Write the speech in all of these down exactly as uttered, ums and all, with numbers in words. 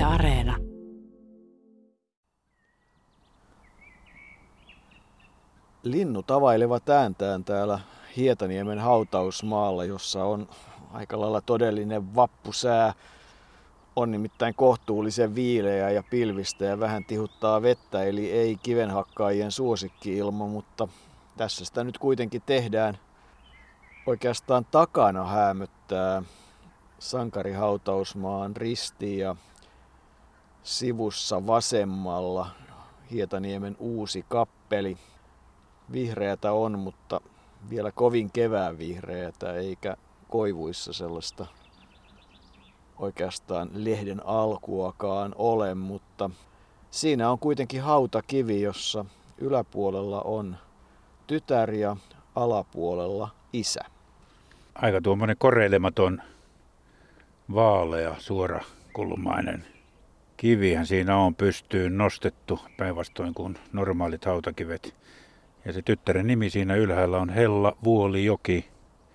Areena. Linnut availevat ääntään täällä Hietaniemen hautausmaalla, jossa on aika lailla todellinen vappusää. On nimittäin kohtuullisen viileä ja pilvistä ja vähän tihuttaa vettä, eli ei kivenhakkaajien suosikki-ilma, mutta tässä sitä nyt kuitenkin tehdään. Oikeastaan takana häämöttää Sankarihautausmaan risti ja sivussa vasemmalla Hietaniemen uusi kappeli. Vihreätä on, mutta vielä kovin kevään vihreätä, eikä koivuissa sellaista oikeastaan lehden alkuakaan ole, mutta siinä on kuitenkin hautakivi, jossa yläpuolella on tytär ja alapuolella isä. Aika tuommoinen koreilematon, vaalea, suorakulmainen kivihän siinä on pystyyn nostettu päinvastoin kuin normaalit hautakivet. Ja se tyttären nimi siinä ylhäällä on Hella Vuolijoki.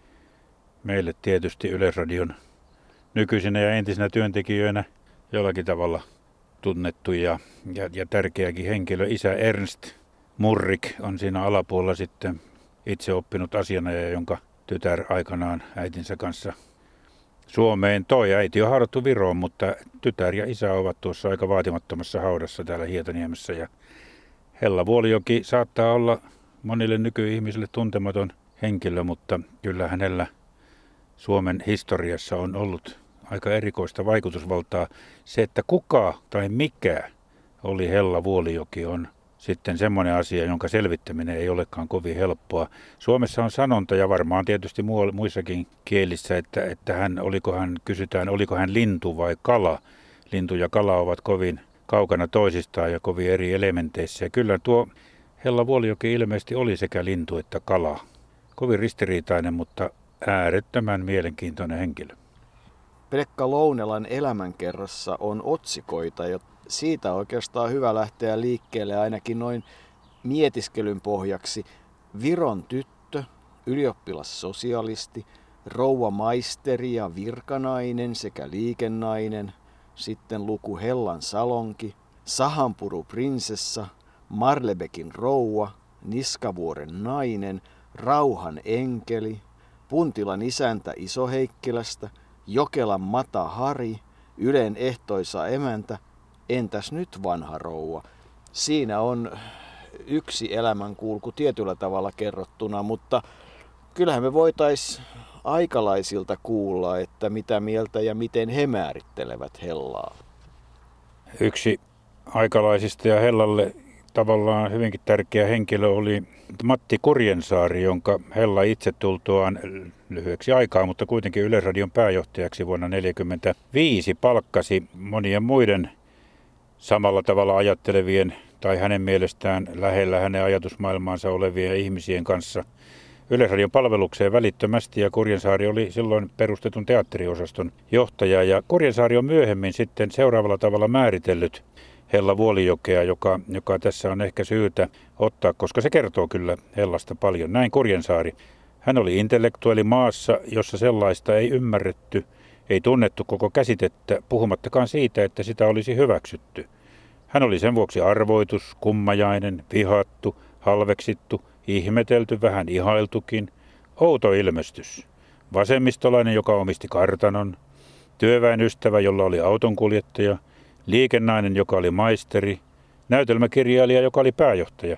Meille tietysti Yleisradion nykyisinä ja entisinä työntekijöinä jollakin tavalla tunnettu ja, ja, ja tärkeäkin henkilö. Isä Ernst Murrik on siinä alapuolella sitten itse oppinut asianajaja, jonka tytär aikanaan äitinsä kanssa Suomeen toi. Äiti on haudattu Viroon, mutta tytär ja isä ovat tuossa aika vaatimattomassa haudassa täällä Hietaniemessä. Ja Hella Vuolijoki saattaa olla monille nykyihmisille tuntematon henkilö, mutta kyllä hänellä Suomen historiassa on ollut aika erikoista vaikutusvaltaa. Se, että kuka tai mikä oli Hella Vuolijoki, on sitten semmoinen asia, jonka selvittäminen ei olekaan kovin helppoa. Suomessa on sanonta ja varmaan tietysti muissakin kielissä, että, että hän, oliko hän, kysytään, oliko hän lintu vai kala. Lintu ja kala ovat kovin kaukana toisistaan ja kovin eri elementeissä. Ja kyllä tuo Hella Vuolijoki ilmeisesti oli sekä lintu että kala. Kovin ristiriitainen, mutta äärettömän mielenkiintoinen henkilö. Pekka Lounelan elämänkerrassa on otsikoita ja siitä oikeastaan hyvä lähteä liikkeelle ainakin noin mietiskelyn pohjaksi. Viron tyttö, ylioppilassosialisti, rouva maisteri ja virkanainen sekä liikennainen, sitten luku Hellan salonki, Sahanpuru prinsessa, Marlebekin rouva, Niskavuoren nainen, Rauhan enkeli, Puntilan isäntä Isoheikkilästä, Jokelan Mata Hari, Ylen ehtoisa emäntä, entäs nyt vanha rouva? Siinä on yksi elämänkulku tietyllä tavalla kerrottuna, mutta kyllähän me voitaisiin aikalaisilta kuulla, että mitä mieltä ja miten he määrittelevät Hellaa. Yksi aikalaisista ja Hellalle tavallaan hyvinkin tärkeä henkilö oli Matti Kurjensaari, jonka Hella itse tultuaan lyhyeksi aikaa, mutta kuitenkin Yleisradion pääjohtajaksi vuonna tuhatyhdeksänsataaneljäkymmentäviisi palkkasi monien muiden samalla tavalla ajattelevien tai hänen mielestään lähellä hänen ajatusmaailmaansa olevien ihmisien kanssa Yleisradion palvelukseen välittömästi, ja Kurjensaari oli silloin perustetun teatteriosaston johtaja, ja Kurjensaari on myöhemmin sitten seuraavalla tavalla määritellyt Hella Vuolijokea, joka, joka tässä on ehkä syytä ottaa, koska se kertoo kyllä Hellasta paljon. Näin Kurjensaari. Hän oli intellektuelli maassa, jossa sellaista ei ymmärretty, ei tunnettu koko käsitettä, puhumattakaan siitä, että sitä olisi hyväksytty. Hän oli sen vuoksi arvoitus, kummajainen, vihattu, halveksittu, ihmetelty, vähän ihailtukin, outo ilmestys. Vasemmistolainen, joka omisti kartanon, työväenystävä, jolla oli autonkuljettaja, liikennainen, joka oli maisteri, näytelmäkirjailija, joka oli pääjohtaja.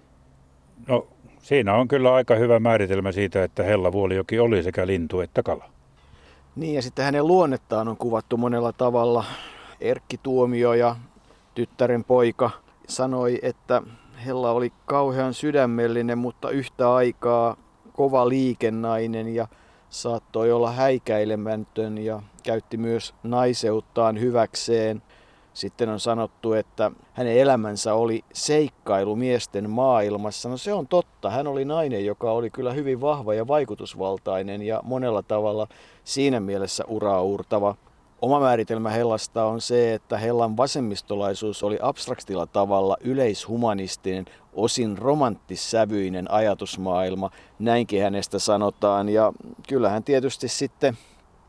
No, siinä on kyllä aika hyvä määritelmä siitä, että Hella Vuolijoki oli sekä lintu että kala. Niin, ja sitten hänen luonnettaan on kuvattu monella tavalla. Erkki Tuomioja, tyttären poika, sanoi, että Hella oli kauhean sydämellinen, mutta yhtä aikaa kova liikennainen ja saattoi olla häikäilemätön ja käytti myös naiseuttaan hyväkseen. Sitten on sanottu, että hänen elämänsä oli seikkailu miesten maailmassa. No se on totta. Hän oli nainen, joka oli kyllä hyvin vahva ja vaikutusvaltainen ja monella tavalla siinä mielessä uraauurtava. Oma määritelmä Hellasta on se, että Hellan vasemmistolaisuus oli abstraktilla tavalla yleishumanistinen, osin romanttissävyinen ajatusmaailma. Näinkin hänestä sanotaan, ja kyllähän tietysti sitten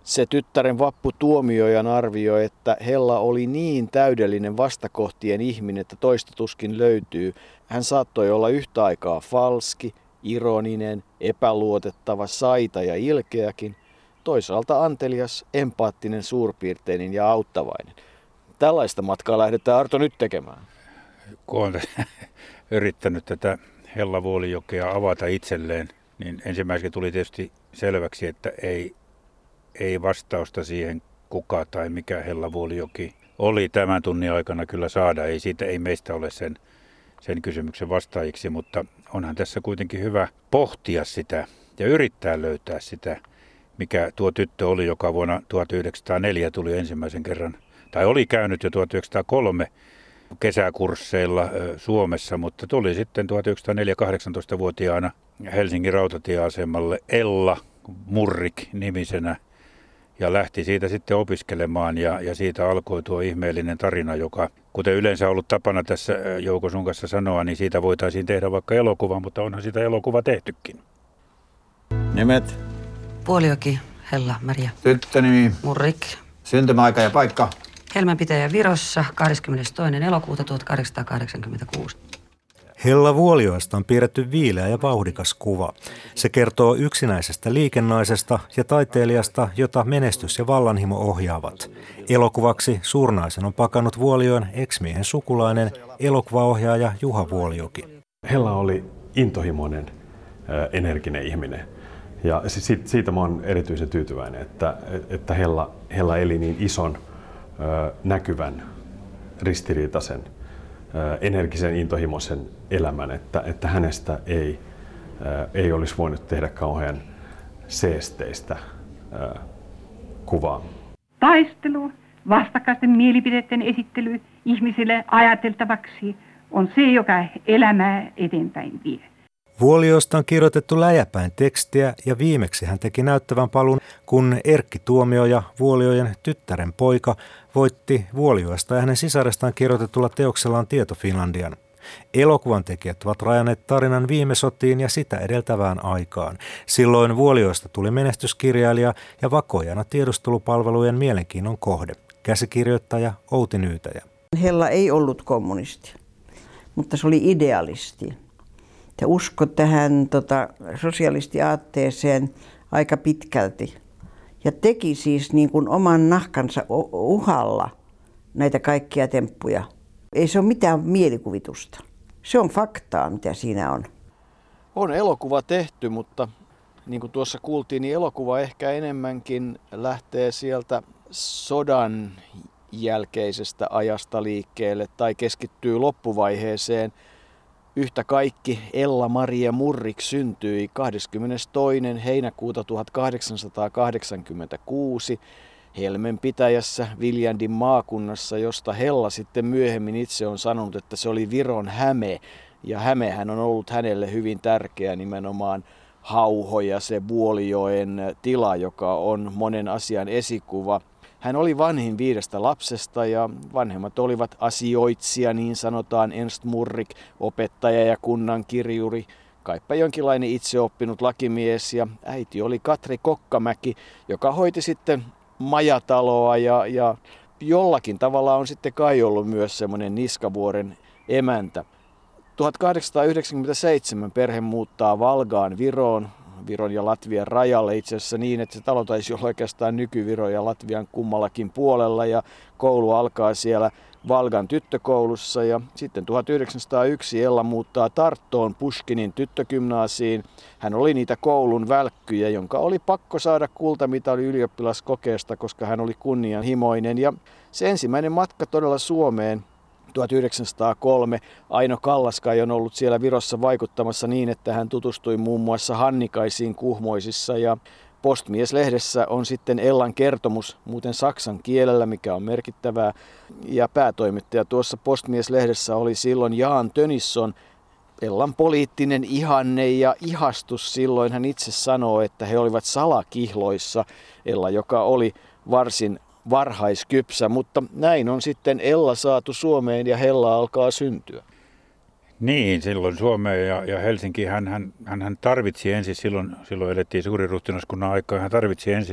Se tyttären Vappu Tuomiojan arvioi, että Hella oli niin täydellinen vastakohtien ihminen, että toista tuskin löytyy. Hän saattoi olla yhtä aikaa falski, ironinen, epäluotettava, saita ja ilkeäkin, toisaalta antelias, empaattinen, suurpiirteinen ja auttavainen. Tällaista matkaa lähdetään Arto nyt tekemään. Kun olen yrittänyt tätä Hella Vuolijokea avata itselleen, niin ensimmäisenä tuli tietysti selväksi, että ei, ei vastausta siihen kuka tai mikä Hella Vuolijoki oli tämän tunnin aikana kyllä saada. Ei siitä ei meistä ole sen, sen kysymyksen vastaajiksi, mutta onhan tässä kuitenkin hyvä pohtia sitä ja yrittää löytää sitä, mikä tuo tyttö oli, joka vuonna tuhatyhdeksänsataaneljä tuli ensimmäisen kerran, tai oli käynyt jo tuhatyhdeksänsataakolme kesäkursseilla Suomessa, mutta tuli sitten tuhatyhdeksänsataaneljä kahdeksantoistavuotiaana Helsingin rautatieasemalle Ella Murrik-nimisenä ja lähti siitä sitten opiskelemaan ja, ja siitä alkoi tuo ihmeellinen tarina, joka kuten yleensä on ollut tapana tässä Jouko sun kanssa sanoa, niin siitä voitaisiin tehdä vaikka elokuva, mutta onhan siitä elokuva tehtykin. Nimet? Vuolijoki, Hella, Maria. Tyttönimi? Murrik. Syntymäaika ja paikka? Helmänpitäjä Virossa, kahdeskymmenestoinen elokuuta tuhatkahdeksansataakahdeksankymmentäkuusi. Hella Vuolijoesta on piirretty viileä ja vauhdikas kuva. Se kertoo yksinäisestä liikennaisesta ja taiteilijasta, jota menestys ja vallanhimo ohjaavat. Elokuvaksi suurnaisen on pakannut Vuolijoen ex-miehen sukulainen, elokuvaohjaaja Juha Vuolijoki. Hella oli intohimoinen, energinen ihminen. Ja siitä mä oon erityisen tyytyväinen, että, että Hella, Hella eli niin ison, näkyvän, ristiriitaisen, energisen, intohimoisen elämän, että, että hänestä ei, ei olisi voinut tehdä kauhean seesteistä kuvaa. Taistelu, vastakkaisten mielipiteiden esittely ihmisille ajateltavaksi on se, joka elämää eteenpäin vie. Vuolijoesta on kirjoitettu läjäpäin tekstiä ja viimeksi hän teki näyttävän paluun, kun Erkki Tuomioja, Vuolijoen tyttären poika, voitti Vuolijoesta ja hänen sisarestaan kirjoitetulla teoksellaan Tieto Finlandian. Elokuvan tekijät ovat rajanneet tarinan viime sotiin ja sitä edeltävään aikaan. Silloin Vuolijoesta tuli menestyskirjailija ja vakoajana tiedustelupalvelujen mielenkiinnon kohde. Käsikirjoittaja Outi Nyytäjä. Hella ei ollut kommunisti, mutta se oli idealisti. Ja usko tähän tota, sosialistiaatteeseen aika pitkälti. Ja teki siis niin kuin oman nahkansa uhalla näitä kaikkia temppuja. Ei se ole mitään mielikuvitusta. Se on faktaa, mitä siinä on. On elokuva tehty, mutta niin kuin tuossa kuultiin, niin elokuva ehkä enemmänkin lähtee sieltä sodan jälkeisestä ajasta liikkeelle tai keskittyy loppuvaiheeseen. Yhtä kaikki Ella Maria Murrik syntyi kahdeskymmenestoinen heinäkuuta tuhatkahdeksansataakahdeksankymmentäkuusi Helmenpitäjässä Viljandin maakunnassa, josta Hella sitten myöhemmin itse on sanonut, että se oli Viron Häme. Ja Hämehän on ollut hänelle hyvin tärkeä nimenomaan Hauho ja se Vuolijoen tila, joka on monen asian esikuva. Hän oli vanhin viidestä lapsesta ja vanhemmat olivat asioitsija, niin sanotaan Ernst Murrik, opettaja ja kunnan kirjuri, kaipa jonkinlainen itseoppinut lakimies, ja äiti oli Katri Kokkamäki, joka hoiti sitten majataloa ja, ja jollakin tavalla on sitten kai ollut myös semmoinen Niskavuoren emäntä. tuhatkahdeksansataayhdeksänkymmentäseitsemän perhe muuttaa Valgaan Viroon, Viron ja Latvian rajalle itse asiassa niin, että se talo taisi olla oikeastaan nyky-Viron ja Latvian kummallakin puolella ja koulu alkaa siellä Valgan tyttökoulussa ja sitten tuhatyhdeksänsataayksi Ella muuttaa Tarttoon Pushkinin tyttögymnaasiin. Hän oli niitä koulun välkkyjä, jonka oli pakko saada kultamitali ylioppilaskokeesta, koska hän oli kunnianhimoinen ja se ensimmäinen matka todella Suomeen tuhatyhdeksänsataakolme Aino Kallaskai on ollut siellä Virossa vaikuttamassa niin, että hän tutustui muun muassa Hannikaisiin Kuhmoisissa ja Postmies-lehdessä on sitten Ellan kertomus muuten saksan kielellä, mikä on merkittävää. Ja päätoimittaja tuossa Postmies-lehdessä oli silloin Jaan Tönisson, Ellan poliittinen ihanne ja ihastus. Silloin hän itse sanoo, että he olivat salakihloissa. Ella, joka oli varsin varhaiskypsä, mutta näin on sitten Ella saatu Suomeen ja Hella alkaa syntyä. Niin, silloin Suomeen ja, ja Helsinkiin hän, hän, hän, hän tarvitsi ensin, silloin, silloin elettiin suuriruhtinaskunnan aikaa, hän tarvitsi ensin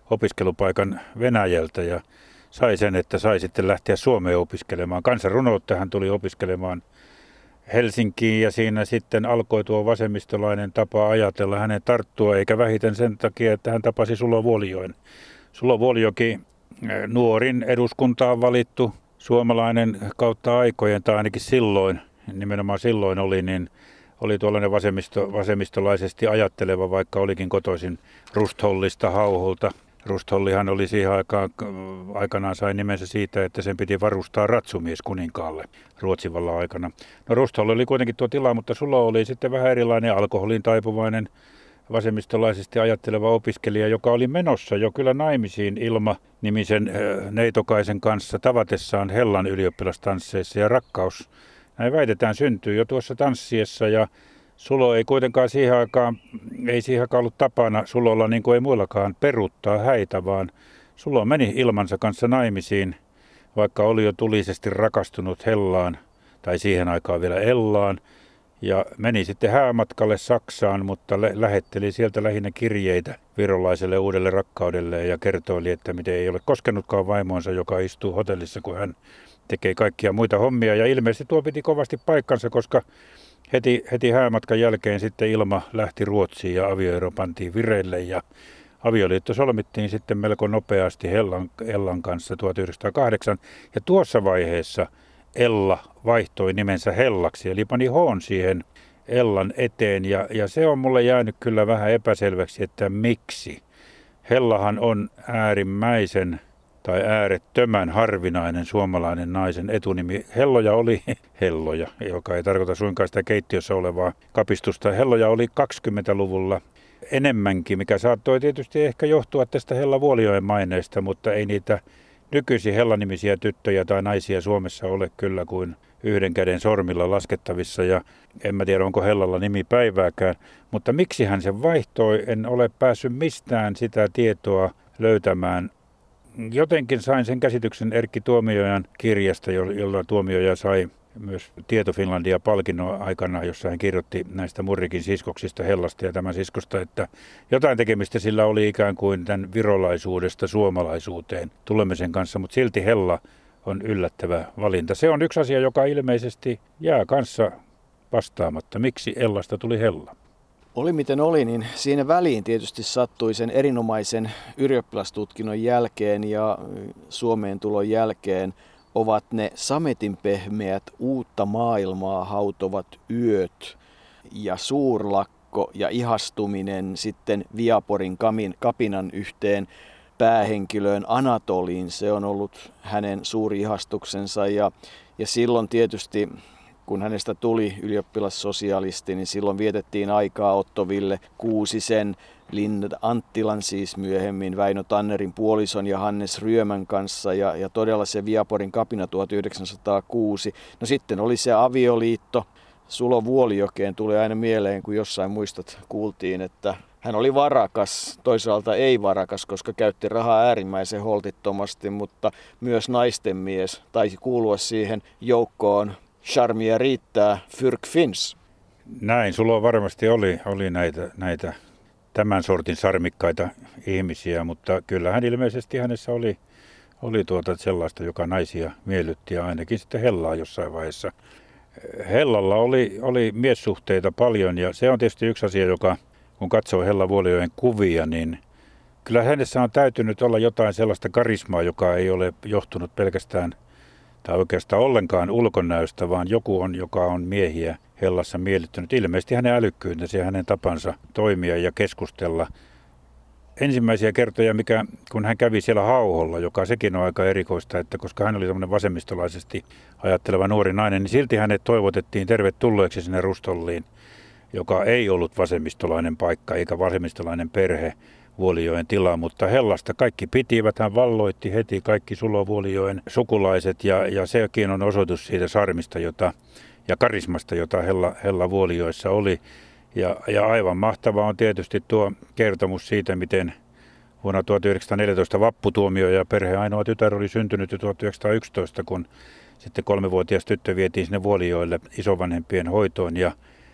opiskelupaikan Venäjältä ja sai sen, että sai sitten lähteä Suomeen opiskelemaan. Kansanrunoutta hän tuli opiskelemaan Helsinkiin ja siinä sitten alkoi tuo vasemmistolainen tapa ajatella hänen tarttua, eikä vähiten sen takia, että hän tapasi Sulo Vuolijoen. Sulo Vuolijoki, nuorin eduskuntaan valittu suomalainen kautta aikojen, tai ainakin silloin, nimenomaan silloin oli, niin oli tuollainen vasemmisto, vasemmistolaisesti ajatteleva, vaikka olikin kotoisin Rusthollista, Hauholta. Rusthollihan oli siihen aikaan, aikanaan sai nimensä siitä, että sen piti varustaa ratsumies kuninkaalle Ruotsin vallan aikana. No Rustholli oli kuitenkin tuo tila, mutta Sulo oli sitten vähän erilainen alkoholin taipuvainen vasemmistolaisesti ajatteleva opiskelija, joka oli menossa jo kyllä naimisiin Ilma-nimisen neitokaisen kanssa tavatessaan Hellan ylioppilastansseissa, ja rakkaus, näin väitetään, syntyy jo tuossa tanssiessa, ja Sulo ei kuitenkaan siihen aikaan, ei siihen aikaan ollut tapana Sulolla, niin kuin ei muillakaan, peruuttaa häitä, vaan Sulo meni Ilmansa kanssa naimisiin, vaikka oli jo tulisesti rakastunut Hellaan, tai siihen aikaan vielä Ellaan, ja meni sitten häämatkalle Saksaan, mutta lä- lähetteli sieltä lähinnä kirjeitä virolaiselle uudelle rakkaudelle ja kertoi, että miten ei ole koskenutkaan vaimoonsa, joka istuu hotellissa, kun hän tekee kaikkia muita hommia. Ja ilmeisesti tuo piti kovasti paikkansa, koska heti, heti häämatkan jälkeen sitten Ilma lähti Ruotsiin ja avioero pantiin vireille. Ja avioliitto solmittiin sitten melko nopeasti Hellan, Ellan kanssa tuhatyhdeksänsataakahdeksan. Ja tuossa vaiheessa Ella vaihtoi nimensä Hellaksi, eli pani hoon siihen Ellan eteen, ja, ja se on mulle jäänyt kyllä vähän epäselväksi, että miksi. Hellahan on äärimmäisen tai äärettömän harvinainen suomalainen naisen etunimi. Helloja oli, Helloja, joka ei tarkoita suinkaan sitä keittiössä olevaa kapistusta. Helloja oli kaksikymmentäluvulla enemmänkin, mikä saattoi tietysti ehkä johtua tästä Hella Vuolijoen maineesta, mutta ei niitä nykyisin Hella-nimisiä tyttöjä tai naisia Suomessa ole kyllä kuin yhden käden sormilla laskettavissa, ja en mä tiedä, onko Hellalla nimi päivääkään, mutta miksi hän sen vaihtoi, en ole päässyt mistään sitä tietoa löytämään. Jotenkin sain sen käsityksen Erkki Tuomiojan kirjasta, jolla Tuomioja sai myös Tieto Finlandia-palkinnon aikana, jossa hän kirjoitti näistä Murrikin siskoksista, Hellasta ja tämän siskosta, että jotain tekemistä sillä oli ikään kuin tämän virolaisuudesta suomalaisuuteen tulemisen kanssa, mutta silti Hella on yllättävä valinta. Se on yksi asia, joka ilmeisesti jää kanssa vastaamatta. Miksi Ellasta tuli Hella? Oli miten oli, niin siinä väliin tietysti sattui sen erinomaisen ylioppilastutkinnon jälkeen ja Suomeen tulon jälkeen ovat ne sametin pehmeät uutta maailmaa hautovat yöt ja suurlakko ja ihastuminen sitten Viaporin kamin, kapinan yhteen päähenkilöön Anatoliin. Se on ollut hänen suuri ihastuksensa, ja, ja silloin tietysti kun hänestä tuli ylioppilassosialisti, niin silloin vietettiin aikaa Otto Ville Kuusisen, Linda Anttilan siis myöhemmin, Väinö Tannerin puolison ja Hannes Ryömän kanssa, ja, ja todella se Viaporin kapina tuhatyhdeksänsataakuusi. No sitten oli se avioliitto. Sulo Vuolijokeen tulee aina mieleen, kun jossain muistat kuultiin, että hän oli varakas, toisaalta ei varakas, koska käytti rahaa äärimmäisen holtittomasti, mutta myös naisten mies taisi kuulua siihen joukkoon. Charmia riittää, Fyrk Fins. Näin, Sulo varmasti oli, oli näitä, näitä tämän sortin sarmikkaita ihmisiä, mutta kyllähän ilmeisesti hänessä oli, oli tuota sellaista, joka naisia miellytti, ja ainakin sitten Hellaa jossain vaiheessa. Hellalla oli, oli miessuhteita paljon, ja se on tietysti yksi asia, joka kun katsoo Hella Vuolijoen kuvia, niin kyllä hänessä on täytynyt olla jotain sellaista karismaa, joka ei ole johtunut pelkästään tai oikeastaan ollenkaan ulkonäöstä, vaan joku on, joka on miehiä Hellassa miellyttänyt. Ilmeisesti hänen älykkyytensä ja hänen tapansa toimia ja keskustella. Ensimmäisiä kertoja, mikä, kun hän kävi siellä Hauholla, joka sekin on aika erikoista, että koska hän oli semmoinen vasemmistolaisesti ajatteleva nuori nainen, niin silti hänet toivotettiin tervetulleeksi sinne Rustholliin, joka ei ollut vasemmistolainen paikka eikä vasemmistolainen perhe, Vuolijoen tila, mutta Hellasta kaikki pitivät. Hän valloitti heti kaikki Sulo Vuolijoen sukulaiset, ja, ja sekin on osoitus siitä sarmista jota, ja karismasta, jota Hella, Hella Vuolijoessa oli. Ja, ja aivan mahtava on tietysti tuo kertomus siitä, miten vuonna tuhatyhdeksänsataaneljätoista Vapputuomio ja perheen ainoa tytär oli syntynyt jo tuhatyhdeksänsataayksitoista, kun sitten kolmevuotias tyttö vietiin sinne Vuolijoelle isovanhempien hoitoon. Ja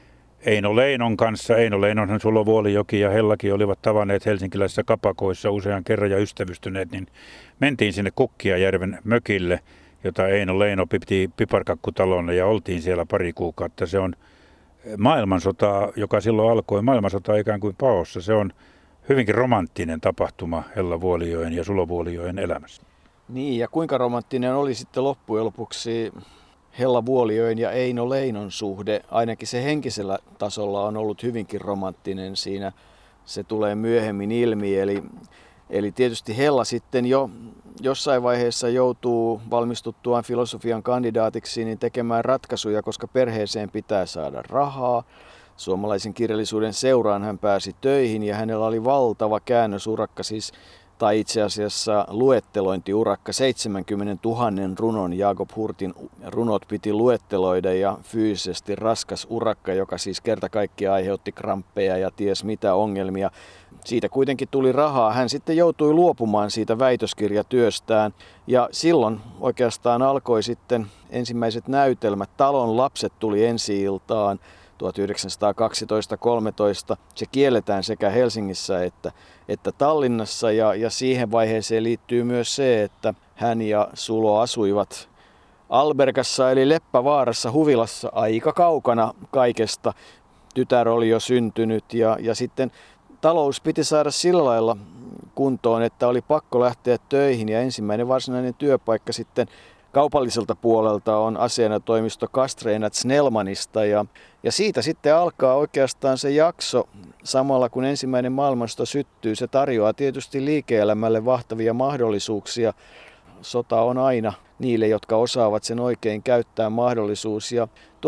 Eino Leinon kanssa. Eino Leinonhan Sulo, Vuolijoki ja Hellakin olivat tavanneet helsinkiläisissä kapakoissa usean kerran ja ystävystyneet, niin mentiin sinne Kukkiajärven mökille, jota Eino Leino piti piparkakkutalona, ja oltiin siellä pari kuukautta. Se on maailmansota, joka silloin alkoi, maailmansota ikään kuin paossa. Se on hyvinkin romanttinen tapahtuma Hella Vuolijoen ja Sulo Vuolijoen elämässä. Niin, ja kuinka romanttinen oli sitten loppujen lopuksi Hella Vuolijoen ja Eino Leinon suhde? Ainakin se henkisellä tasolla on ollut hyvinkin romanttinen siinä. Se tulee myöhemmin ilmi, eli, eli tietysti Hella sitten jo jossain vaiheessa joutuu valmistuttuaan filosofian kandidaatiksi niin tekemään ratkaisuja, koska perheeseen pitää saada rahaa. Suomalaisen kirjallisuuden seuraan hän pääsi töihin ja hänellä oli valtava käännösurakka, siis, tai itse asiassa luettelointiurakka, seitsemänkymmentätuhatta runon Jakob Hurtin runot piti luetteloida ja fyysisesti raskas urakka, joka siis kerta kaikkiaan aiheutti kramppeja ja ties mitä ongelmia. Siitä kuitenkin tuli rahaa. Hän sitten joutui luopumaan siitä väitöskirjatyöstään ja silloin oikeastaan alkoi sitten ensimmäiset näytelmät. Talon lapset tuli ensi-iltaan tuhatyhdeksänsataakaksitoista kolmetoista. Se kielletään sekä Helsingissä että, että Tallinnassa ja, ja siihen vaiheeseen liittyy myös se, että hän ja Sulo asuivat Albergassa eli Leppävaarassa huvilassa aika kaukana kaikesta. Tytär oli jo syntynyt ja, ja sitten talous piti saada sillä lailla kuntoon, että oli pakko lähteä töihin ja ensimmäinen varsinainen työpaikka sitten kaupalliselta puolelta on asianajotoimisto Kastreenat Snellmanista ja, ja siitä sitten alkaa oikeastaan se jakso samalla kun ensimmäinen maailmansota syttyy. Se tarjoaa tietysti liike-elämälle mahtavia mahdollisuuksia. Sota on aina niille, jotka osaavat sen oikein käyttää mahdollisuus ja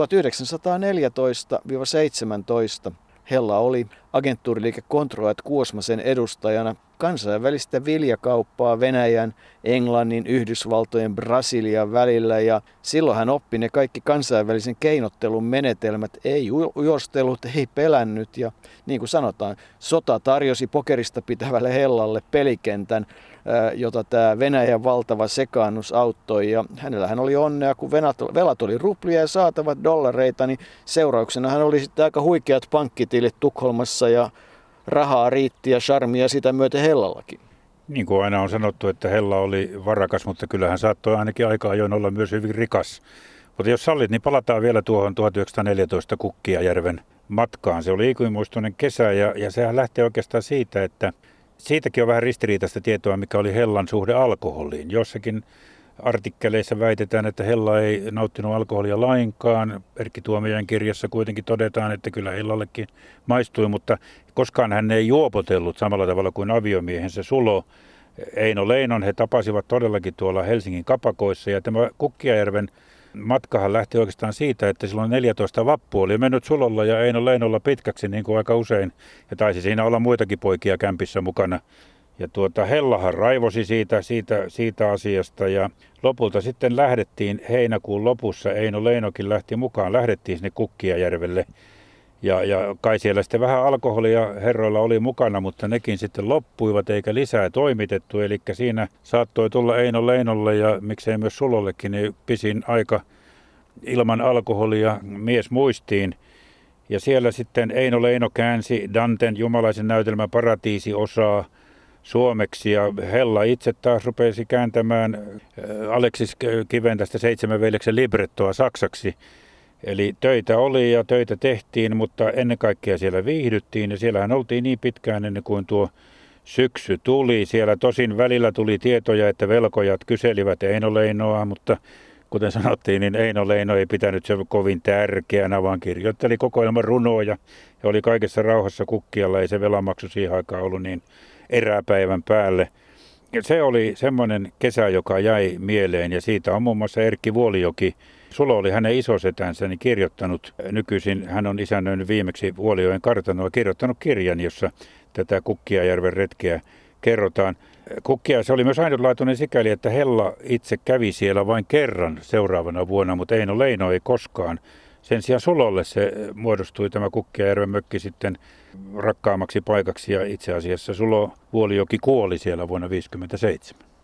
tuhatyhdeksänsataaneljätoista seitsemäntoista Hella oli agenttuuriliike Controat Kuosmasen edustajana kansainvälistä viljakauppaa Venäjän, Englannin, Yhdysvaltojen, Brasilian välillä ja silloin hän oppi ne kaikki kansainvälisen keinottelun menetelmät, ei ujostellut, ei pelännyt ja niin kuin sanotaan, sota tarjosi pokerista pitävälle Hellalle pelikentän, jota tämä Venäjän valtava sekaannus auttoi ja hänellähän oli onnea, kun velat oli ruplia ja saatavat dollareita, niin seurauksena hän oli sitten aika huikeat pankkitilit Tukholmassa ja rahaa riitti ja charmia sitä myöten Hellallakin. Niin kuin aina on sanottu, että Hella oli varakas, mutta kyllähän saattoi ainakin aika ajoin olla myös hyvin rikas. Mutta jos sallit, niin palataan vielä tuohon tuhatyhdeksänsataaneljätoista Kukkiajärven matkaan. Se oli ikuinmuistoinen kesä ja, ja sehän lähtee oikeastaan siitä, että siitäkin on vähän ristiriitaista tietoa, mikä oli Hellan suhde alkoholiin. Jossakin artikkeleissa väitetään, että Hella ei nauttinut alkoholia lainkaan. Erkki Tuomiojan kirjassa kuitenkin todetaan, että kyllä Hellallekin maistui, mutta koskaan hän ei juopotellut samalla tavalla kuin aviomiehensä Sulo. Eino Leinon he tapasivat todellakin tuolla Helsingin kapakoissa ja tämä Kukkiajärven matkahan lähti oikeastaan siitä, että silloin neljätoista vappu oli mennyt Sulolla ja Eino Leinolla pitkäksi niin kuin aika usein ja taisi siinä olla muitakin poikia kämpissä mukana. Ja tuota, Hellahan raivosi siitä, siitä, siitä asiasta ja lopulta sitten lähdettiin heinäkuun lopussa, Eino Leinokin lähti mukaan, lähdettiin sinne Kukkiajärvelle. Ja, ja kai siellä sitten vähän alkoholia herroilla oli mukana, mutta nekin sitten loppuivat eikä lisää toimitettu. Eli siinä saattoi tulla Eino Leinolle ja miksei myös Sulollekin niin pisin aika ilman alkoholia mies muistiin. Ja siellä sitten Eino Leino käänsi Danten jumalaisen näytelmän Paratiisi-osaa suomeksi ja Hella itse taas rupesi kääntämään Aleksis Kiven tästä Seitsemän veljeksen librettoa saksaksi. Eli töitä oli ja töitä tehtiin, mutta ennen kaikkea siellä viihdyttiin ja siellähän oltiin niin pitkään ennen kuin tuo syksy tuli. Siellä tosin välillä tuli tietoja, että velkojat kyselivät Eino Leinoa, mutta kuten sanottiin, niin Eino Leino ei pitänyt se kovin tärkeänä, vaan kirjoitteli kokoelman runoja ja oli kaikessa rauhassa Kukkialla. Ei se velanmaksu siihen aikaan ollut niin eräpäivän päälle. Ja se oli semmoinen kesä, joka jäi mieleen ja siitä on muun muassa Erkki Vuolijoki. Sulo oli hänen isosetänsä niin kirjoittanut, nykyisin hän on isännöinyt viimeksi Vuolijoen kartanoa, kirjoittanut kirjan, jossa tätä Kukkiajärven retkeä kerrotaan. Kukkia, se oli myös ainutlaatuinen sikäli, että Hella itse kävi siellä vain kerran seuraavana vuonna, mutta Eino Leino ei koskaan. Sen sijaan Sulolle se muodostui tämä Kukkiajärven mökki sitten rakkaammaksi paikaksi ja itse asiassa Sulo Vuolijoki kuoli siellä vuonna tuhatyhdeksänsataaviisikymmentäseitsemän.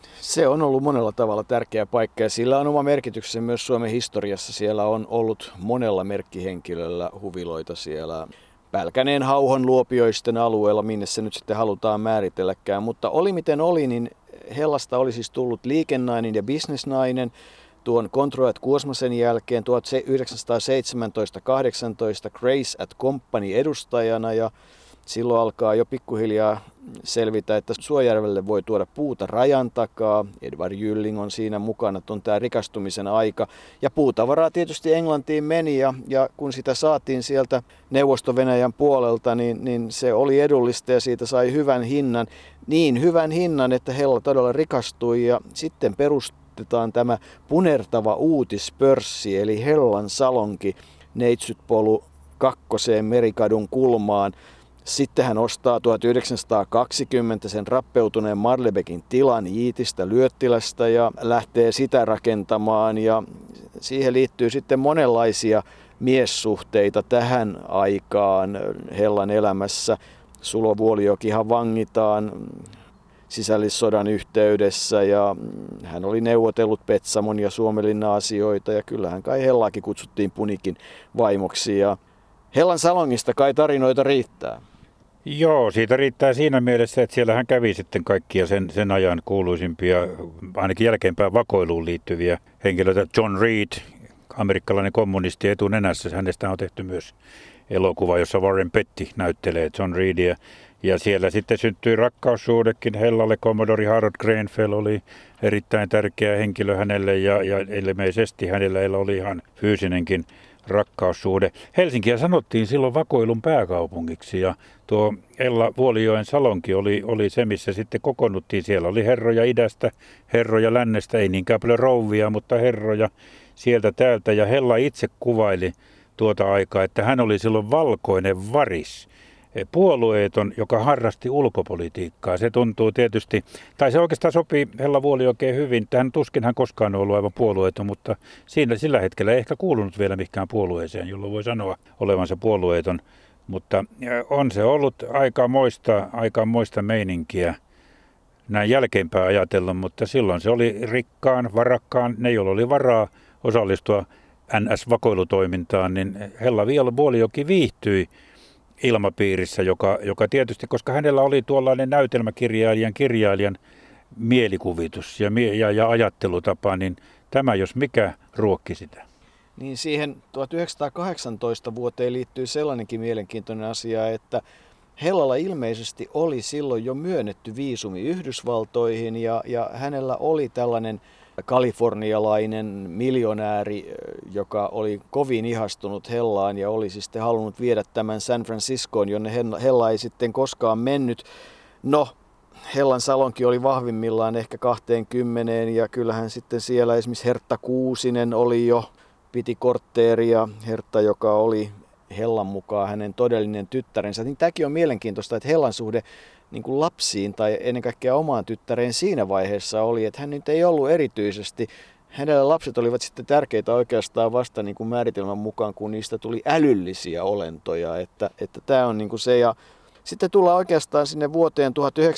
Se on ollut monella tavalla tärkeä paikka ja sillä on oma merkityksensä myös Suomen historiassa. Siellä on ollut monella merkkihenkilöllä huviloita siellä Pälkäneen Hauhon luopioisten alueella, minne se nyt sitten halutaan määritelläkään. Mutta oli miten oli, niin Hellasta oli siis tullut liikennainen ja bisnesnainen tuon Controlat Kuosmasen jälkeen tuhatyhdeksänsataaseitsemäntoista kahdeksantoista Grace at Company edustajana ja silloin alkaa jo pikkuhiljaa selvitä, että Suojärvelle voi tuoda puuta rajan takaa. Edward Gylling on siinä mukana, että on tämä rikastumisen aika. Ja puutavaraa tietysti Englantiin meni ja, ja kun sitä saatiin sieltä Neuvosto-Venäjän puolelta, niin, niin se oli edullista ja siitä sai hyvän hinnan. Niin hyvän hinnan, että Hella todella rikastui ja sitten perustetaan tämä punertava uutispörssi eli Hellan salonki Neitsytpolu kakkoseen Merikadun kulmaan. Sitten hän ostaa tuhatyhdeksänsataakaksikymmentä sen rappeutuneen Marlebekin tilan Iitistä Lyöttilästä ja lähtee sitä rakentamaan. Ja siihen liittyy sitten monenlaisia miessuhteita tähän aikaan Hellan elämässä. Sulo Vuolijokihan vangitaan sisällissodan yhteydessä ja hän oli neuvotellut Petsamon ja Suomenlinnan asioita ja kyllähän kai Hellaakin kutsuttiin Punikin vaimoksi. Ja Hellan salongista kai tarinoita riittää. Joo, siitä riittää siinä mielessä, että siellä hän kävi sitten kaikkia sen, sen ajan kuuluisimpia, ainakin jälkeenpäin vakoiluun liittyviä henkilöitä. John Reed, amerikkalainen kommunisti etunenässä, hänestä on tehty myös elokuva, jossa Warren Beatty näyttelee John Reedia. Ja siellä sitten syntyi rakkaussuhdekin Hellalle. Commodore Harold Grenfell oli erittäin tärkeä henkilö hänelle ja, ja ilmeisesti hänellä oli ihan fyysinenkin rakkaussuhde. Helsinkiä sanottiin silloin vakoilun pääkaupungiksi ja tuo Ella Vuolijoen salonki oli, oli se, missä sitten kokoonnuttiin. Siellä oli herroja idästä, herroja lännestä, ei niinkään paljon rouvia, mutta herroja sieltä täältä. Ja Hella itse kuvaili tuota aikaa, että hän oli silloin valkoinen varis, puolueeton, joka harrasti ulkopolitiikkaa. Se tuntuu tietysti, tai se oikeastaan sopii Hella Vuolijokeen hyvin. Hän tuskin hän koskaan ollut aivan puolueeton, mutta siinä, sillä hetkellä ei ehkä kuulunut vielä mikään puolueeseen, jolloin voi sanoa olevansa puolueeton. Mutta on se ollut aika moista, aika moista meininkiä näin jälkeenpäin ajatella, mutta silloin se oli rikkaan, varakkaan, ne joilla oli varaa osallistua N S-vakoilutoimintaan, niin Hella Vuolijoki viihtyi ilmapiirissä, joka, joka tietysti, koska hänellä oli tuollainen näytelmäkirjailijan, kirjailijan mielikuvitus ja, ja, ja ajattelutapa, niin tämä jos mikä ruokki sitä. Niin siihen tuhatyhdeksänsataakahdeksantoista vuoteen liittyy sellainenkin mielenkiintoinen asia, että Hellalla ilmeisesti oli silloin jo myönnetty viisumi Yhdysvaltoihin ja, ja hänellä oli tällainen kalifornialainen miljonääri, joka oli kovin ihastunut Hellaan ja olisi sitten halunnut viedä tämän San Franciscoon, jonne Hella ei sitten koskaan mennyt. No, Hellan salonki oli vahvimmillaan ehkä kaksikymmentä ja kyllähän sitten siellä esimerkiksi Hertta Kuusinen oli jo, piti kortteeria, Hertta, joka oli Hellan mukaan hänen todellinen tyttärensä. Niin tämäkin on mielenkiintoista, että Hellan suhde niin kuin lapsiin tai ennen kaikkea omaan tyttäreen siinä vaiheessa oli, että hän nyt ei ollut erityisesti, hänellä lapset olivat sitten tärkeitä oikeastaan vasta niin kuin määritelmän mukaan, kun niistä tuli älyllisiä olentoja, että, että tämä on niin kuin se. Ja sitten tullaan oikeastaan sinne vuoteen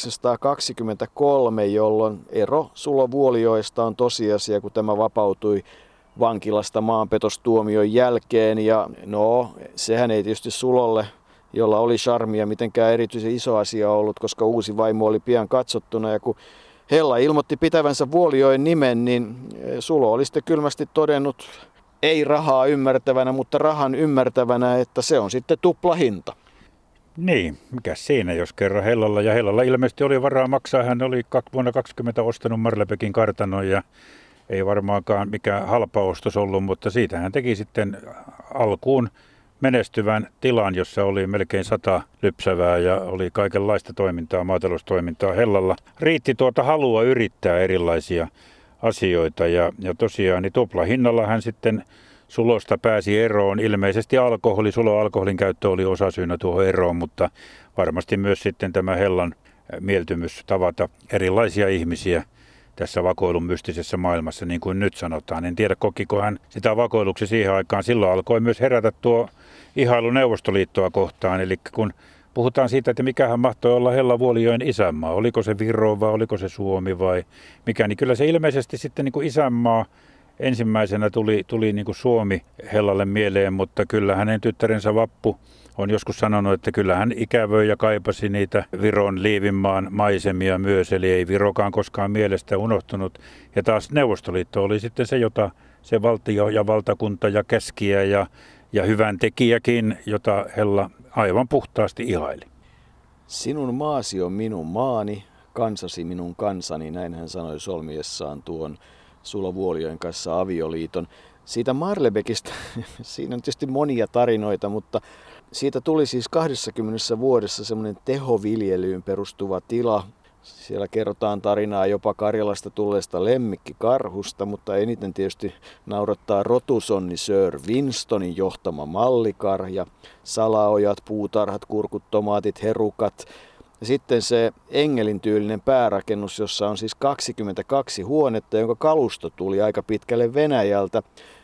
tuhatyhdeksänsataakaksikymmentäkolme, jolloin ero Sulo Vuolijoesta on tosiasia, kun tämä vapautui vankilasta maanpetostuomion jälkeen. Ja no, sehän ei tietysti Sulolle, jolla oli charmia, mitenkään erityisen iso asia ollut, koska uusi vaimo oli pian katsottuna. Ja kun Hella ilmoitti pitävänsä Vuolijoen nimen, niin Sulo oli sitten kylmästi todennut, ei rahaa ymmärtävänä, mutta rahan ymmärtävänä, että se on sitten tuplahinta. Niin, mikä siinä, jos kerran Hellalla, ja Hellalla ilmeisesti oli varaa maksaa, hän oli vuonna kaksikymmentä ostanut Marlebekin kartanon ja ei varmaankaan mikään halpa ostos ollut, mutta siitä hän teki sitten alkuun menestyvän tilan, jossa oli melkein sata lypsävää ja oli kaikenlaista toimintaa, maataloustoimintaa Hellalla. Riitti tuota halua yrittää erilaisia asioita ja, ja tosiaan niin tuplahinnalla hän sitten Sulosta pääsi eroon. Ilmeisesti alkoholi, Sulo alkoholin käyttö oli osasyynä tuohon eroon, mutta varmasti myös sitten tämä Hellan mieltymys tavata erilaisia ihmisiä tässä vakoilun mystisessä maailmassa, niin kuin nyt sanotaan. En tiedä, kokiko hän sitä vakoiluksi siihen aikaan. Silloin alkoi myös herätä tuo ihailu Neuvostoliittoa kohtaan. Eli kun puhutaan siitä, että mikähän mahtoi olla Hella Vuolijoen isänmaa. Oliko se Viro vai oliko se Suomi vai mikä. Niin kyllä se ilmeisesti sitten niin kuin isänmaa ensimmäisenä tuli, tuli niin kuin Suomi Hellalle mieleen, mutta kyllä hänen tyttärensä Vappu on joskus sanonut, että kyllä hän ikävöi ja kaipasi niitä Viron Liivinmaan maisemia myös, eli ei Virokaan koskaan mielestä unohtunut. Ja taas Neuvostoliitto oli sitten se, jota se valtio ja valtakunta ja käskiä ja, ja hyvän tekijäkin, jota Hella aivan puhtaasti ihaili. Sinun maasi on minun maani, kansasi minun kansani, näin hän sanoi solmiessaan tuon Sulo Vuolijoen kanssa avioliiton. Siitä Marlebekistä, siinä on tietysti monia tarinoita, mutta siitä tuli siis kahdessakymmenessä vuodessa semmoinen tehoviljelyyn perustuva tila. Siellä kerrotaan tarinaa jopa Karjalasta tulleesta lemmikkikarhusta, mutta eniten tietysti naurattaa rotusonni Sir Winstonin johtama mallikarja, salaojat, puutarhat, kurkut, tomaatit, herukat. Ja sitten se engelin tyylinen päärakennus, jossa on siis kaksikymmentäkaksi huonetta, jonka kalusto tuli aika pitkälle Venäjältä.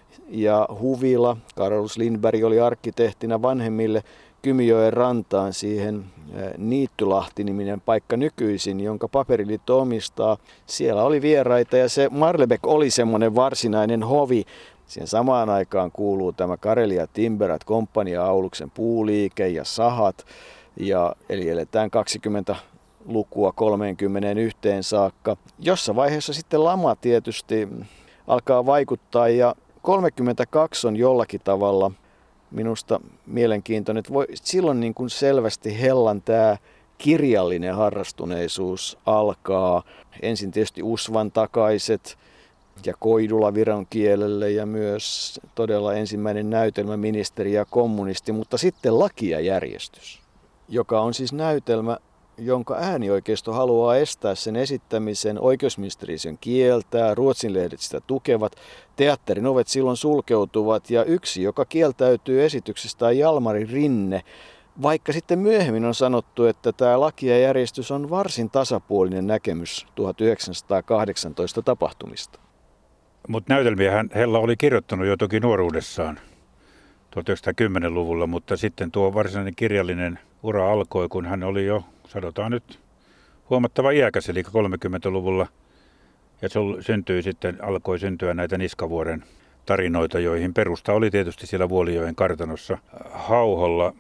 Ja huvila, Carolus Lindberg oli arkkitehtina vanhemmille Kymijoen rantaan siihen Niittylahti-niminen paikka nykyisin, jonka Paperiliitto omistaa. Siellä oli vieraita ja se Marlebek oli semmoinen varsinainen hovi. Siihen samaan aikaan kuuluu tämä Karelia Timberat komppania Auluksen puuliike ja sahat. Ja, eli eletään kaksikymmentälukua kolmeenkymmeneenyhteen saakka. Jossain vaiheessa sitten lama tietysti alkaa vaikuttaa ja kolmekymmentäkaksi on jollakin tavalla minusta mielenkiintoinen, että voi, silloin niin kuin selvästi Hellan tämä kirjallinen harrastuneisuus alkaa. Ensin tietysti Usvan takaiset ja Koidula viron kielelle ja myös todella ensimmäinen näytelmä Ministeri ja kommunisti, mutta sitten Laki ja järjestys, joka on siis näytelmä, jonka äänioikeisto haluaa estää sen esittämisen, oikeusministeri sen kieltää, Ruotsin lehdet sitä tukevat, teatterin ovet silloin sulkeutuvat ja yksi, joka kieltäytyy esityksestä on Jalmari Rinne, vaikka sitten myöhemmin on sanottu, että tämä laki ja järjestys on varsin tasapuolinen näkemys tuhatyhdeksänsataakahdeksantoista tapahtumista. Mutta näytelmiähän Hella oli kirjoittanut jo toki nuoruudessaan tuhatyhdeksänsataakymmenluvulla, mutta sitten tuo varsinainen kirjallinen ura alkoi, kun hän oli jo, sanotaan nyt, huomattava iäkäs, eli kolmekymmentäluvulla. Ja se syntyi sitten, alkoi syntyä näitä Niskavuoren tarinoita, joihin perusta oli tietysti siellä Vuolijoen kartanossa Hauholla.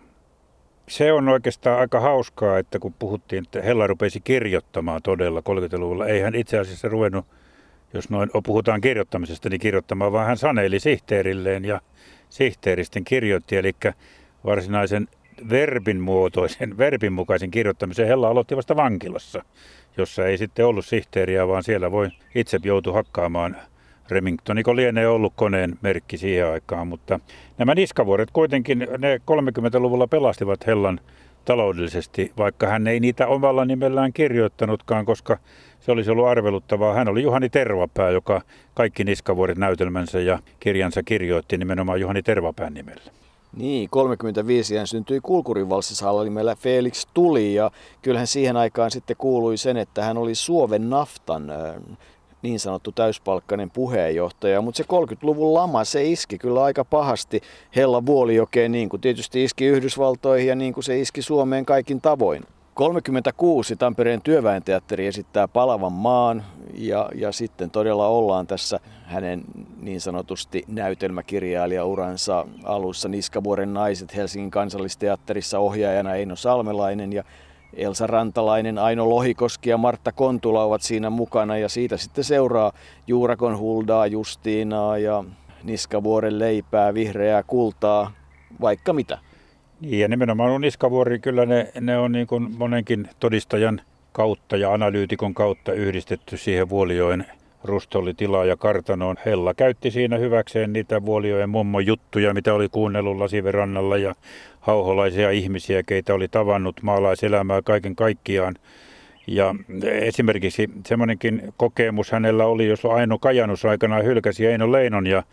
Se on oikeastaan aika hauskaa, että kun puhuttiin, että Hella rupesi kirjoittamaan todella kolmekymmentäluvulla, ei hän itse asiassa ruvennut, jos noin puhutaan kirjoittamisesta, niin kirjoittamaan, vaan hän saneili sihteerilleen ja sihteeristen kirjoitti, eli varsinaisen verbin muotoisen, verbin mukaisen kirjoittamisen Hella aloitti vasta vankilassa, jossa ei sitten ollut sihteeriä, vaan siellä voi itse joutua hakkaamaan Remingtoniko lienee ollut koneen merkki siihen aikaan, mutta nämä Niskavuoret kuitenkin, ne kolmekymmentäluvulla pelastivat Hellan taloudellisesti, vaikka hän ei niitä omalla nimellään kirjoittanutkaan, koska se olisi ollut arveluttavaa. Hän oli Juhani Tervapää, joka kaikki Niskavuoret näytelmänsä ja kirjansa kirjoitti nimenomaan Juhani Tervapään nimellä. Niin, kolmekymmentäviisi hän syntyi Kulkurin-valssishallilla nimellä Felix Tuli ja kyllähän siihen aikaan sitten kuului sen, että hän oli Suomen naftan niin sanottu täyspalkkainen puheenjohtaja, mutta se kolmekymmentäluvun lama, se iski kyllä aika pahasti Hella Vuolijokeen, niin kuin tietysti iski Yhdysvaltoihin ja niin kuin se iski Suomeen kaikin tavoin. kolmekymmentäkuusi Tampereen työväenteatteri esittää Palavan maan ja, ja sitten todella ollaan tässä hänen niin sanotusti näytelmäkirjailijauransa alussa. Niskavuoren naiset Helsingin Kansallisteatterissa ohjaajana Eino Salmelainen ja Elsa Rantalainen, Aino Lohikoski ja Martta Kontula ovat siinä mukana ja siitä sitten seuraa Juurakon Huldaa, Justiinaa ja Niskavuoren leipää, vihreää kultaa, vaikka mitä. Niin, ja nimenomaan on Niskavuori, kyllä ne, ne on niin kuin monenkin todistajan kautta ja analyytikon kautta yhdistetty siihen Vuolijoen rustollitilaan ja kartanoon. Hella käytti siinä hyväkseen niitä Vuolijoen mummon juttuja, mitä oli kuunnellut Lasiverannalla ja hauholaisia ihmisiä, keitä oli tavannut maalaiselämää kaiken kaikkiaan. Ja esimerkiksi semmoinenkin kokemus hänellä oli, jos Aino Kajanus aikanaan hylkäsi Eino Leinon ja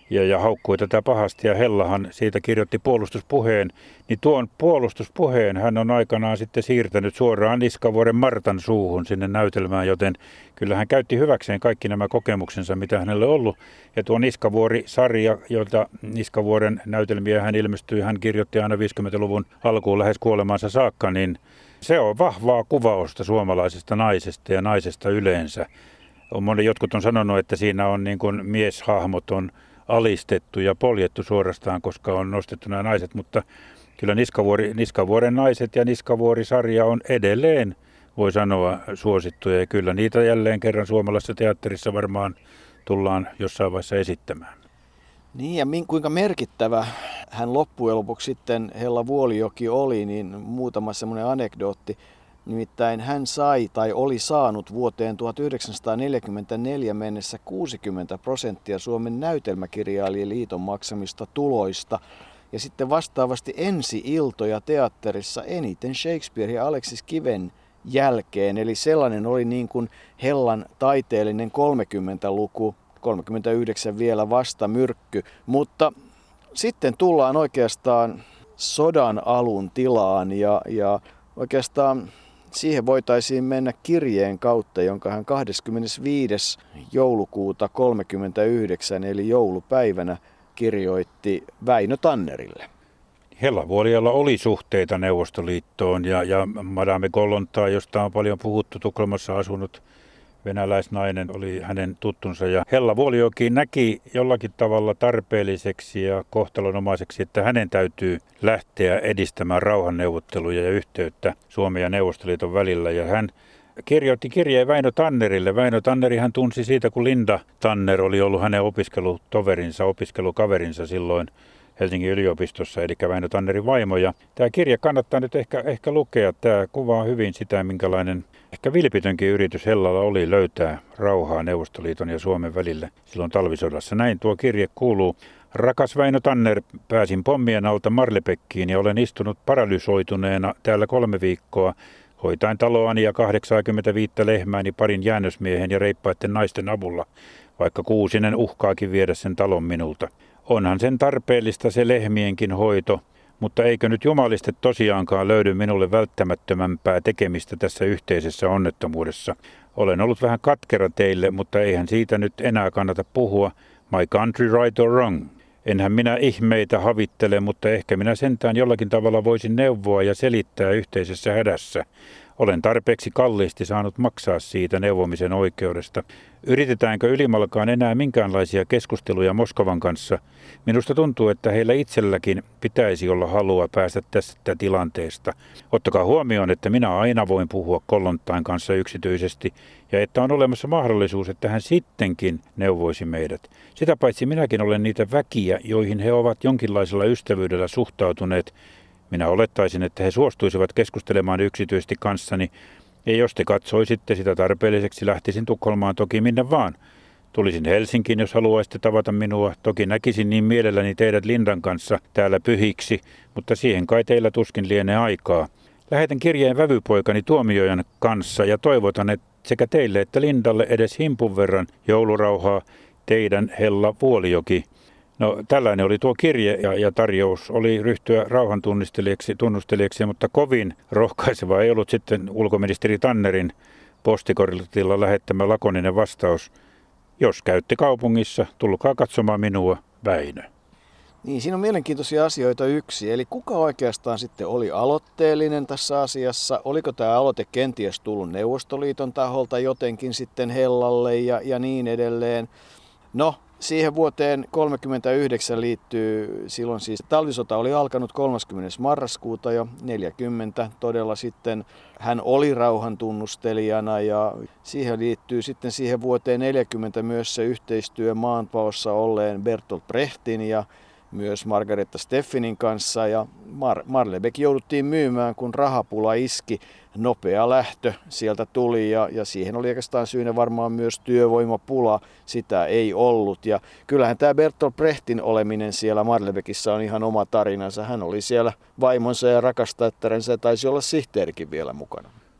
ja, ja haukkui tätä pahasti. Ja Hellahan siitä kirjoitti puolustuspuheen, niin tuon puolustuspuheen hän on aikanaan sitten siirtänyt suoraan Niskavuoren Martan suuhun sinne näytelmään, joten kyllä hän käytti hyväkseen kaikki nämä kokemuksensa, mitä hänelle on ollut. Ja tuo Niskavuori-sarja, jolta Niskavuoren näytelmiä hän ilmestyi, hän kirjoitti aina viisikymmentäluvun alkuun lähes kuolemaansa saakka, niin se on vahvaa kuvausta suomalaisesta naisesta ja naisesta yleensä. On moni, jotkut on sanonut, että siinä on niin kuin mieshahmot on alistettu ja poljettu suorastaan, koska on nostettu nämä naiset, mutta kyllä Niskavuori, Niskavuoren naiset ja Niskavuori-sarja on edelleen, voi sanoa, suosittuja, ja kyllä niitä jälleen kerran suomalaisessa teatterissa varmaan tullaan jossain vaiheessa esittämään. Niin, ja min, kuinka merkittävä hän loppujen lopuksi sitten Hella Vuolijoki oli, niin muutama semmoinen anekdootti. Nimittäin hän sai tai oli saanut vuoteen tuhatyhdeksänsataaneljäkymmentäneljä mennessä kuusikymmentä prosenttia Suomen näytelmäkirjailijaliiton maksamista tuloista. Ja sitten vastaavasti ensi-iltoja teatterissa eniten Shakespeare ja Aleksis Kiven jälkeen. Eli sellainen oli niin kuin Hellan taiteellinen kolmekymmentäluku, kolmekymmentäyhdeksän vielä vasta myrkky. Mutta sitten tullaan oikeastaan sodan alun tilaan ja, ja oikeastaan siihen voitaisiin mennä kirjeen kautta, jonka hän kahdeskymmenesviides joulukuuta kolmekymmentäyhdeksän eli joulupäivänä kirjoitti Väinö Tannerille. Hella Vuolijoella oli suhteita Neuvostoliittoon ja, ja Madame Kollontaa, josta on paljon puhuttu, Tukholmassa asunut venäläisnainen oli hänen tuttunsa. Ja Hella Vuolijoki näki jollakin tavalla tarpeelliseksi ja kohtalonomaiseksi, että hänen täytyy lähteä edistämään rauhanneuvotteluja ja yhteyttä Suomen ja Neuvostoliiton välillä. Ja hän kirjoitti kirjeen Väinö Tannerille. Väinö Tanneri hän tunsi siitä, kun Linda Tanner oli ollut hänen opiskelutoverinsa, opiskelukaverinsa silloin Helsingin yliopistossa, eli Väinö Tannerin vaimo. Ja tämä kirja kannattaa nyt ehkä, ehkä lukea. Tämä kuvaa hyvin sitä, minkälainen ehkä vilpitönkin yritys Hellalla oli löytää rauhaa Neuvostoliiton ja Suomen välillä silloin talvisodassa. Näin tuo kirje kuuluu. Rakas Väinö Tanner, pääsin pommien alta Marlepekkiin ja olen istunut paralysoituneena täällä kolme viikkoa, hoitain taloani ja kahdeksankymmentäviisi lehmääni parin jäännösmiehen ja reippaiden naisten avulla, vaikka Kuusinen uhkaakin viedä sen talon minulta. Onhan sen tarpeellista se lehmienkin hoito, mutta eikö nyt jumaliste tosiaankaan löydy minulle välttämättömämpää tekemistä tässä yhteisessä onnettomuudessa. Olen ollut vähän katkera teille, mutta eihän siitä nyt enää kannata puhua. My country right or wrong. Enhän minä ihmeitä havittele, mutta ehkä minä sentään jollakin tavalla voisin neuvoa ja selittää yhteisessä hädässä. Olen tarpeeksi kalliisti saanut maksaa siitä neuvomisen oikeudesta. Yritetäänkö ylimalkaan enää minkäänlaisia keskusteluja Moskovan kanssa? Minusta tuntuu, että heillä itselläkin pitäisi olla halua päästä tästä tilanteesta. Ottakaa huomioon, että minä aina voin puhua Kollontain kanssa yksityisesti ja että on olemassa mahdollisuus, että hän sittenkin neuvoisi meidät. Sitä paitsi minäkin olen niitä väkiä, joihin he ovat jonkinlaisella ystävyydellä suhtautuneet. Minä olettaisin, että he suostuisivat keskustelemaan yksityisesti kanssani, ja jos te katsoisitte sitä tarpeelliseksi, lähtisin Tukholmaan toki minne vaan. Tulisin Helsinkiin, jos haluaisitte tavata minua. Toki näkisin niin mielelläni teidät Lindan kanssa täällä pyhiksi, mutta siihen kai teillä tuskin lienee aikaa. Lähetän kirjeen vävypoikani Tuomiojan kanssa ja toivotan että sekä teille että Lindalle edes himpun verran joulurauhaa, teidän Hella Vuolijoki. No tällainen oli tuo kirje ja, ja tarjous oli ryhtyä rauhantunnustelijaksi, tunnustelijaksi, mutta kovin rohkaiseva ei ollut sitten ulkoministeri Tannerin postikortilla lähettämä lakoninen vastaus. Jos käytte kaupungissa, tulkaa katsomaan minua, Väinö. Niin, siinä on mielenkiintoisia asioita yksi. Eli kuka oikeastaan sitten oli aloitteellinen tässä asiassa? Oliko tämä aloite kenties tullut Neuvostoliiton taholta jotenkin sitten Hellalle ja, ja niin edelleen? No, siihen vuoteen tuhatyhdeksänsataakolmekymmentäyhdeksän liittyy, silloin siis talvisota oli alkanut kolmaskymmenes marraskuuta jo neljäkymmentä. Todella sitten hän oli rauhantunnustelijana ja siihen liittyy sitten siihen vuoteen neljäkymmentä myös se yhteistyö maanpaossa olleen Bertolt Brechtin ja myös Margareta Steffinin kanssa. Ja Mar- Marlebeck jouduttiin myymään, kun rahapula iski. Nopea lähtö sieltä tuli ja, ja siihen oli oikeastaan syynä varmaan myös työvoimapula. Sitä ei ollut. Ja kyllähän tämä Bertolt Brechtin oleminen siellä Marlebeckissä on ihan oma tarinansa. Hän oli siellä vaimonsa ja rakastajattarensa ja taisi olla sihteerikin vielä mukana.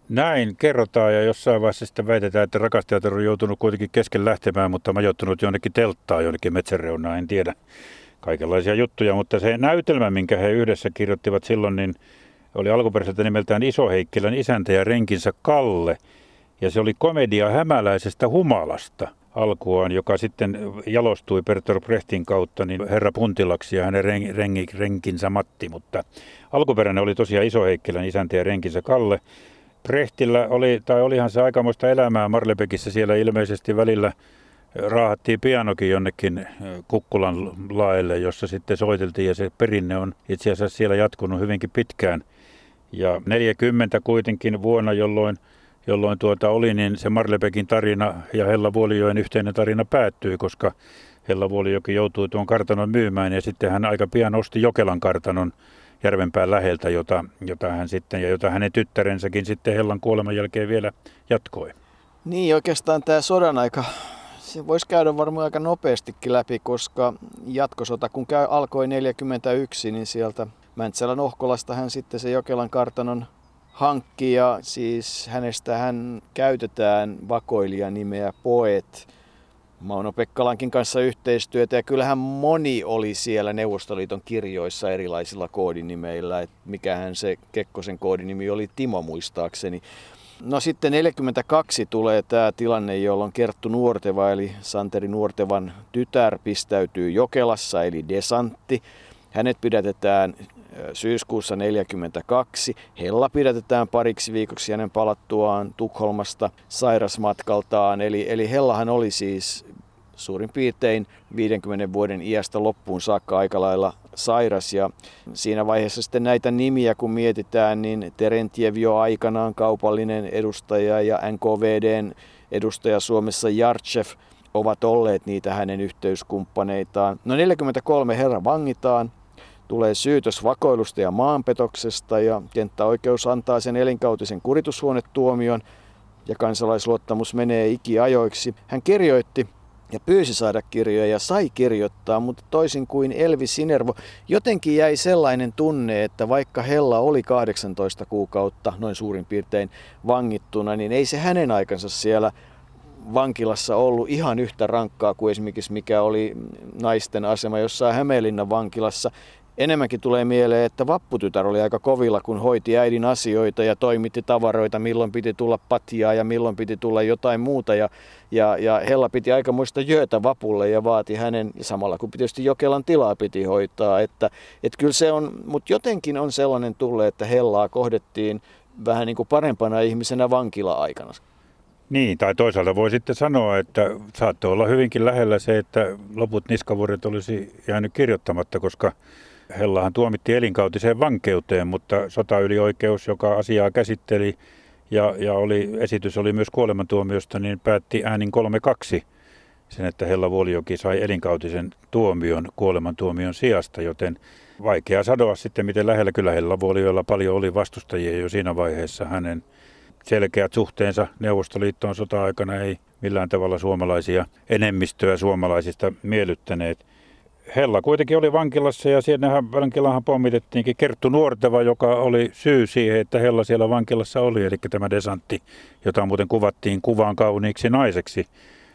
Näin kerrotaan ja jossain vaiheessa sitten väitetään, että rakastajat on joutunut kuitenkin kesken lähtemään, mutta majoittunut jonnekin telttaan, jonnekin metsänreunaan, en tiedä. Kaikenlaisia juttuja, mutta se näytelmä, minkä he yhdessä kirjoittivat silloin, niin oli alkuperäiseltä nimeltään Iso-Heikkilän isäntä ja renkinsä Kalle. Ja se oli komedia hämäläisestä humalasta alkuaan, joka sitten jalostui Bertolt Brechtin kautta niin herra Puntilaksi ja hänen ren, rengi, renkinsä Matti. Mutta alkuperäinen oli tosiaan Iso-Heikkilän isäntä ja renkinsä Kalle. Brechtillä oli, tai olihan se aikamoista elämää Marlebekissä, siellä ilmeisesti välillä raahattiin pianokin jonnekin Kukkulan laelle, jossa sitten soiteltiin ja se perinne on itse asiassa siellä jatkunut hyvinkin pitkään. Ja neljäkymmentä kuitenkin vuonna, jolloin, jolloin tuota oli, niin se Marlebekin tarina ja Hella Vuolijoen yhteinen tarina päättyi, koska Hella Vuolijoki joutui tuon kartanon myymään ja sitten hän aika pian osti Jokelan kartanon Järvenpään läheltä, jota, jota hän sitten ja jota hänen tyttärensäkin sitten Hellan kuoleman jälkeen vielä jatkoi. Niin, oikeastaan tämä sodan aika, se voisi käydä varmaan aika nopeastikin läpi, koska jatkosota kun käy, alkoi neljäkymmentäyksi, niin sieltä Mäntsälän Ohkolasta hän sitten se Jokelan kartanon hankki ja siis hänestä hän käytetään vakoilijan nimeä Poet. Mauno Pekkalankin kanssa yhteistyötä ja kyllähän moni oli siellä Neuvostoliiton kirjoissa erilaisilla koodinimeillä, että mikähän se Kekkosen koodinimi oli, Timo muistaakseni. No sitten neljäkymmentäkaksi tulee tämä tilanne, jolloin Kerttu Nuorteva eli Santeri Nuortevan tytär pistäytyy Jokelassa eli desantti. Hänet pidätetään syyskuussa neljäkymmentäkaksi. Hella pidätetään pariksi viikoksi hänen palattuaan Tukholmasta sairasmatkaltaan. Eli, eli Hellahan oli siis suurin piirtein viidenkymmenen vuoden iästä loppuun saakka aika lailla sairas. Ja siinä vaiheessa sitten näitä nimiä kun mietitään, niin Terentiev jo aikanaan kaupallinen edustaja ja N K V D:n edustaja Suomessa Jartsev ovat olleet niitä hänen yhteyskumppaneitaan. No neljäkymmentäkolme herra vangitaan. Tulee syytös vakoilusta ja maanpetoksesta ja kenttäoikeus antaa sen elinkautisen kuritushuonetuomion ja kansalaisluottamus menee ikiajoiksi. Hän kirjoitti ja pyysi saada kirjoja ja sai kirjoittaa, mutta toisin kuin Elvi Sinervo, jotenkin jäi sellainen tunne, että vaikka Hella oli kahdeksantoista kuukautta noin suurin piirtein vangittuna, niin ei se hänen aikansa siellä vankilassa ollut ihan yhtä rankkaa kuin esimerkiksi mikä oli naisten asema jossain Hämeenlinnan vankilassa. Enemmänkin tulee mieleen, että vapputytär oli aika kovilla, kun hoiti äidin asioita ja toimitti tavaroita, milloin piti tulla patjaa ja milloin piti tulla jotain muuta. Ja, ja, ja Hella piti aikamoista jöötä vapulle ja vaati hänen, samalla kun tietysti Jokelan tilaa piti hoitaa. Että, että kyllä se on, mutta jotenkin on sellainen tulle, että Hellaa kohdettiin vähän niin kuin parempana ihmisenä vankila-aikana. Niin, tai toisaalta voi sitten sanoa, että saattoi olla hyvinkin lähellä se, että loput niskavuodet olisi jäänyt kirjoittamatta, koska Hellahan tuomittiin elinkautiseen vankeuteen, mutta sotaylioikeus, joka asiaa käsitteli ja, ja oli, esitys oli myös kuolemantuomiosta, niin päätti äänin kolme kaksi sen, että Hella Vuolijoki sai elinkautisen tuomion kuolemantuomion sijasta, joten vaikea sanoa sitten, miten lähellä. Kyllä Hella Vuolijoella paljon oli vastustajia jo siinä vaiheessa. Hänen selkeät suhteensa Neuvostoliittoon sota-aikana ei millään tavalla suomalaisia, enemmistöä suomalaisista miellyttäneet. Hella kuitenkin oli vankilassa ja siinähän vankilahan pommitettiinkin Kerttu Nuorteva, joka oli syy siihen, että Hella siellä vankilassa oli. Eli tämä desantti, jota muuten kuvattiin kuvaan kauniiksi naiseksi,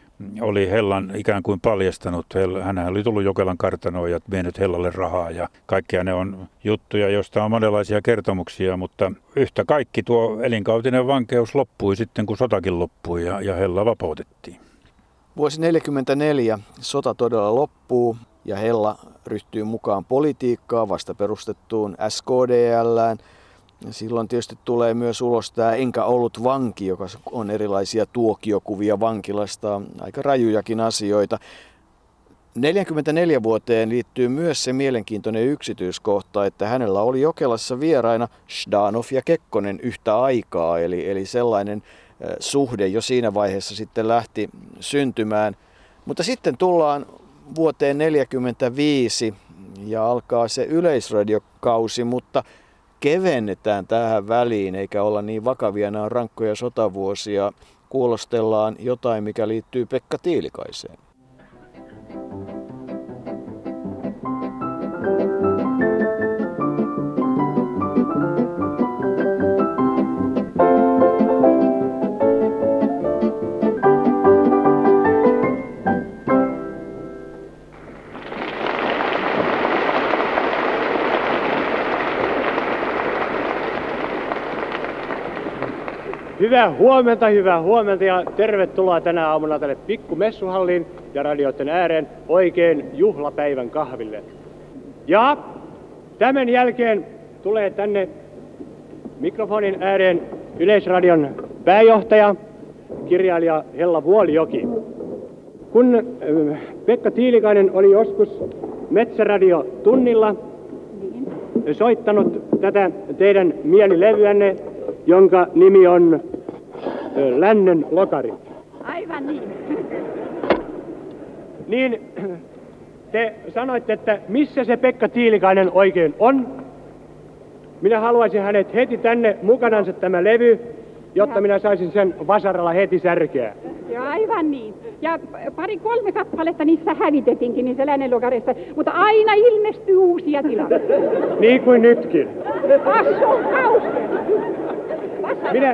oli Hellan ikään kuin paljastanut. Hänhän oli tullut Jokelan kartanoon ja vienyt Hellalle rahaa ja kaikkia ne on juttuja, joista on monenlaisia kertomuksia, mutta yhtä kaikki tuo elinkautinen vankeus loppui sitten, kun sotakin loppui ja, ja Hella vapautettiin. Vuosi neljäkymmentäneljä sota todella loppuu ja Hella ryhtyy mukaan politiikkaan vasta perustettuun S K D L:ään. Silloin tietysti tulee myös ulos tämä Enkä ollut vanki, joka on erilaisia tuokiokuvia vankilasta, aika rajujakin asioita. neljäkymmentäneljä vuoteen liittyy myös se mielenkiintoinen yksityiskohta, että hänellä oli Jokelassa vieraina Zhdanov ja Kekkonen yhtä aikaa, eli, eli sellainen suhde jo siinä vaiheessa sitten lähti syntymään. Mutta sitten tullaan vuoteen neljäkymmentäviisi ja alkaa se yleisradiokausi, mutta kevennetään tähän väliin, eikä olla niin vakavia, nämä on rankkoja sotavuosia. Kuulostellaan jotain, mikä liittyy Pekka Tiilikaiseen. Hyvää huomenta, hyvää huomenta ja tervetuloa tänä aamuna tälle pikkumessuhalliin ja radioiden ääreen oikein juhlapäivän kahville. Ja tämän jälkeen tulee tänne mikrofonin ääreen Yleisradion pääjohtaja, kirjailija Hella Vuolijoki. Kun äh, Pekka Tiilikainen oli joskus Metsäradio-tunnilla soittanut tätä teidän mielilevyänne, jonka nimi on äh, Lännen lokari. Aivan niin. Niin te sanoitte, että missä se Pekka Tiilikainen oikein on? Minä haluaisin hänet heti tänne mukanansa tämä levy, jotta ja. minä saisin sen vasaralla heti särkeä. Ja aivan niin. Ja pari kolme kappaletta niissä hävitettiinkin niissä Lännenlokarissa, mutta aina ilmestyy uusia tilalle. Niin kuin nytkin. Vassu on kauhean. Minä...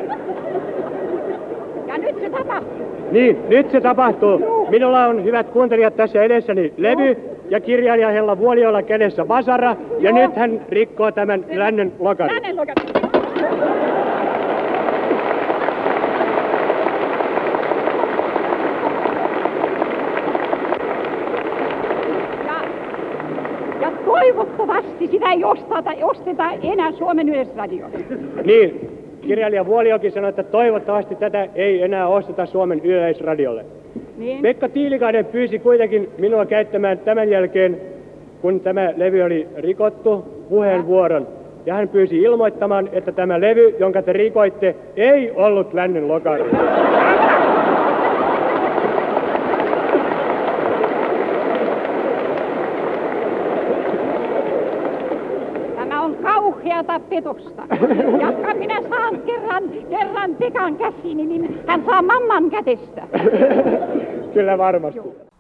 Ja nyt se tapahtuu. Niin, nyt se tapahtuu. Joo. Minulla on, hyvät kuuntelijat, tässä edessäni levy Joo. ja kirjailija Hella Vuoliolla kädessä vasara. Joo. Ja nyt hän rikkoo tämän Lännen lokarin. Lännen lokarin. Toivottavasti sitä ei osteta, osteta enää Suomen Yleisradioon. Niin, kirjailija Vuoliokin sanoi, että toivottavasti tätä ei enää osteta Suomen Yleisradiolle. Niin. Pekka Tiilikainen pyysi kuitenkin minua käyttämään tämän jälkeen, kun tämä levy oli rikottu, puheenvuoron. Ja hän pyysi ilmoittamaan, että tämä levy, jonka te rikoitte, ei ollut Lännen lokari. Kauheata petosta. Ja minä saan kerran, kerran Pekan käsiini, niin hän saa mamman kätestä. Kyllä varmasti.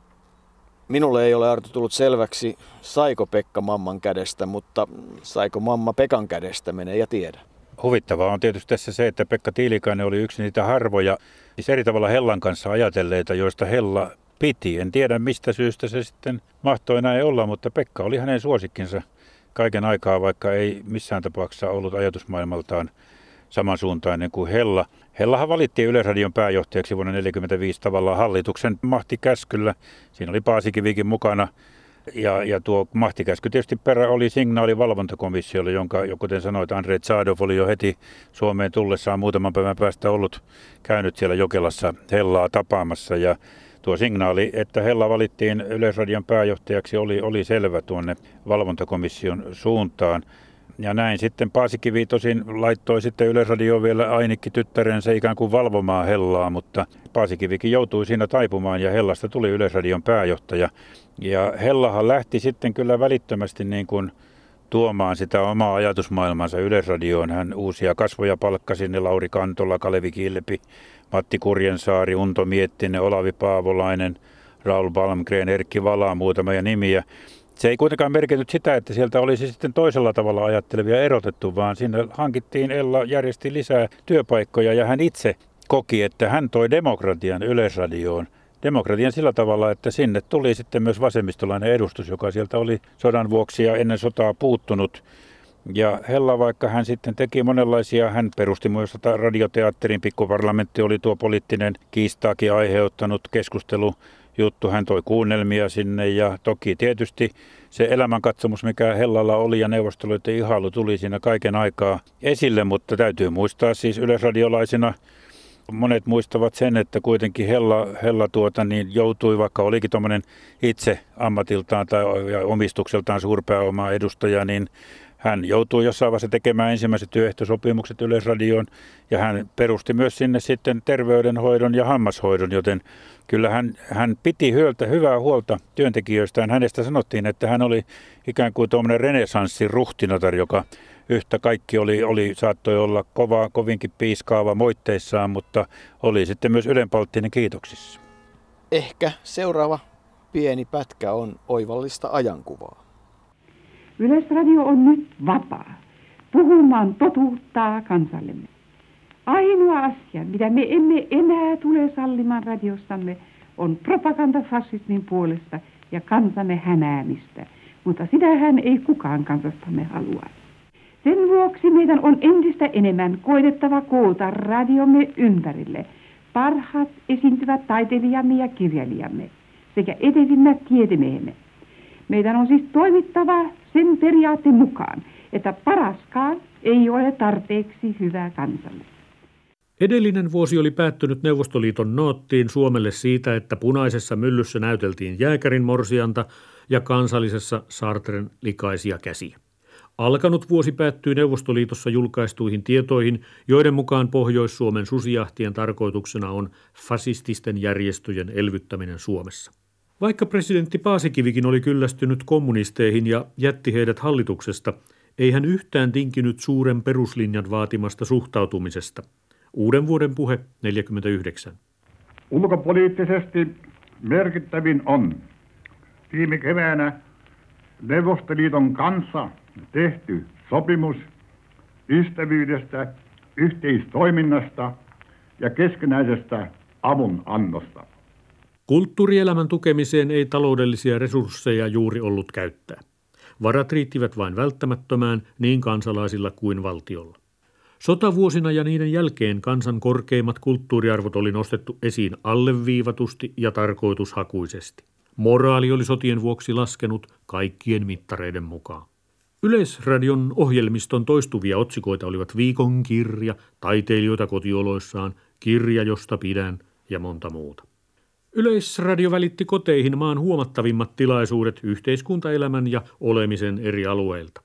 Minulle ei ole, Arto, tullut selväksi, saiko Pekka mamman kädestä, mutta saiko mamma Pekan kädestä, mene ja tiedä. Huvittavaa on tietysti tässä se, että Pekka Tiilikainen oli yksi niitä harvoja, siis eri tavalla Hellan kanssa ajatelleita, joista Hella piti. En tiedä mistä syystä se sitten mahtoi näin olla, mutta Pekka oli hänen suosikkinsa kaiken aikaa, vaikka ei missään tapauksessa ollut ajatusmaailmaltaan samansuuntainen kuin Hella. Hellahan valittiin Yleisradion pääjohtajaksi vuonna tuhatyhdeksänsataaneljäkymmentäviisi tavallaan hallituksen mahtikäskyllä. Siinä oli Paasikivikin mukana. Ja, ja tuo mahtikäsky tietysti perä oli signaali valvontakomissiolle, jonka, kuten sanoit, Andrei Tsardov oli jo heti Suomeen tullessaan muutaman päivän päästä ollut käynyt siellä Jokelassa Hellaa tapaamassa. Ja tuo signaali, että Hella valittiin Yleisradion pääjohtajaksi, oli, oli selvä tuonne valvontakomission suuntaan. Ja näin sitten Paasikivi tosin laittoi sitten Yleisradioon vielä Ainikki tyttärensä ikään kuin valvomaan Hellaa, mutta Paasikivikin joutui siinä taipumaan ja Hellasta tuli Yleisradion pääjohtaja. Ja Hellahan lähti sitten kyllä välittömästi niin kuin tuomaan sitä omaa ajatusmaailmansa Yleisradioon. Hän uusia kasvoja palkkasi sinne, Lauri Kantola, Kalevi Kilpi, Matti Kurjensaari, Unto Miettinen, Olavi Paavolainen, Raul Palmgren, Erkki Vala, muutamia nimiä. Se ei kuitenkaan merkinyt sitä, että sieltä olisi sitten toisella tavalla ajattelevia erotettu, vaan sinne hankittiin, Ella järjesti lisää työpaikkoja ja hän itse koki, että hän toi demokratian Yleisradioon. Demokratian sillä tavalla, että sinne tuli sitten myös vasemmistolainen edustus, joka sieltä oli sodan vuoksi ja ennen sotaa puuttunut. Ja Hella, vaikka hän sitten teki monenlaisia, hän perusti myös radioteatterin, Pikkuparlamentti oli tuo poliittinen kiistaakin aiheuttanut keskustelujuttu. Hän toi kuunnelmia sinne ja toki tietysti se elämänkatsomus, mikä Hellalla oli ja neuvostoliiton ihailu tuli siinä kaiken aikaa esille, mutta täytyy muistaa siis yleisradiolaisina. Monet muistavat sen, että kuitenkin Hella, Hella tuota, niin joutui, vaikka olikin tuommoinen itse ammatiltaan tai omistukseltaan suurpääomaa edustaja, niin hän joutui jossain vaiheessa tekemään ensimmäiset työehtosopimukset Yleisradioon ja hän perusti myös sinne sitten terveydenhoidon ja hammashoidon, joten kyllä hän, hän piti hyöltä, hyvää huolta työntekijöistään. Hänestä sanottiin, että hän oli ikään kuin tuommoinen renessanssin ruhtinatar, joka yhtä kaikki oli, oli, saattoi olla kova, kovinkin piiskaava moitteissaan, mutta oli sitten myös ylenpalttinen kiitoksissa. Ehkä seuraava pieni pätkä on oivallista ajankuvaa. Yleisradio on nyt vapaa puhumaan totuuttaa kansallemme. Ainoa asia, mitä me emme enää tule sallimaan radiossamme, on propaganda fasismin puolesta ja kansamme hänäämistä. Mutta sitähän ei kukaan kansastamme halua. Sen vuoksi meidän on entistä enemmän koetettava koota radiomme ympärille parhaat esiintyvät taiteilijamme ja kirjailijamme sekä etevimmät tiedemiehemme. Meidän on siis toimittava sen periaatteen mukaan, että paraskaan ei ole tarpeeksi hyvä kansalle. Edellinen vuosi oli päättynyt Neuvostoliiton noottiin Suomelle siitä, että punaisessa myllyssä näyteltiin Jääkärin morsianta ja kansallisessa Sartren likaisia käsiä. Alkanut vuosi päättyy Neuvostoliitossa julkaistuihin tietoihin, joiden mukaan Pohjois-Suomen susijahtien tarkoituksena on fasististen järjestöjen elvyttäminen Suomessa. Vaikka presidentti Paasikivikin oli kyllästynyt kommunisteihin ja jätti heidät hallituksesta, ei hän yhtään tinkinyt suuren peruslinjan vaatimasta suhtautumisesta. Uuden vuoden puhe neljäkymmentäyhdeksän. Ulkopoliittisesti merkittävin on viime keväänä Neuvostoliiton kanssa tehty sopimus ystävyydestä, yhteistoiminnasta ja keskinäisestä avunannosta. Kulttuurielämän tukemiseen ei taloudellisia resursseja juuri ollut käyttää. Varat riittivät vain välttämättömään niin kansalaisilla kuin valtiolla. Sotavuosina ja niiden jälkeen kansan korkeimmat kulttuuriarvot oli nostettu esiin alleviivatusti ja tarkoitushakuisesti. Moraali oli sotien vuoksi laskenut kaikkien mittareiden mukaan. Yleisradion ohjelmiston toistuvia otsikoita olivat Viikon kirja, taiteilijoita kotioloissaan, Kirja, josta pidän ja monta muuta. Yleisradio välitti koteihin maan huomattavimmat tilaisuudet yhteiskuntaelämän ja olemisen eri alueilta.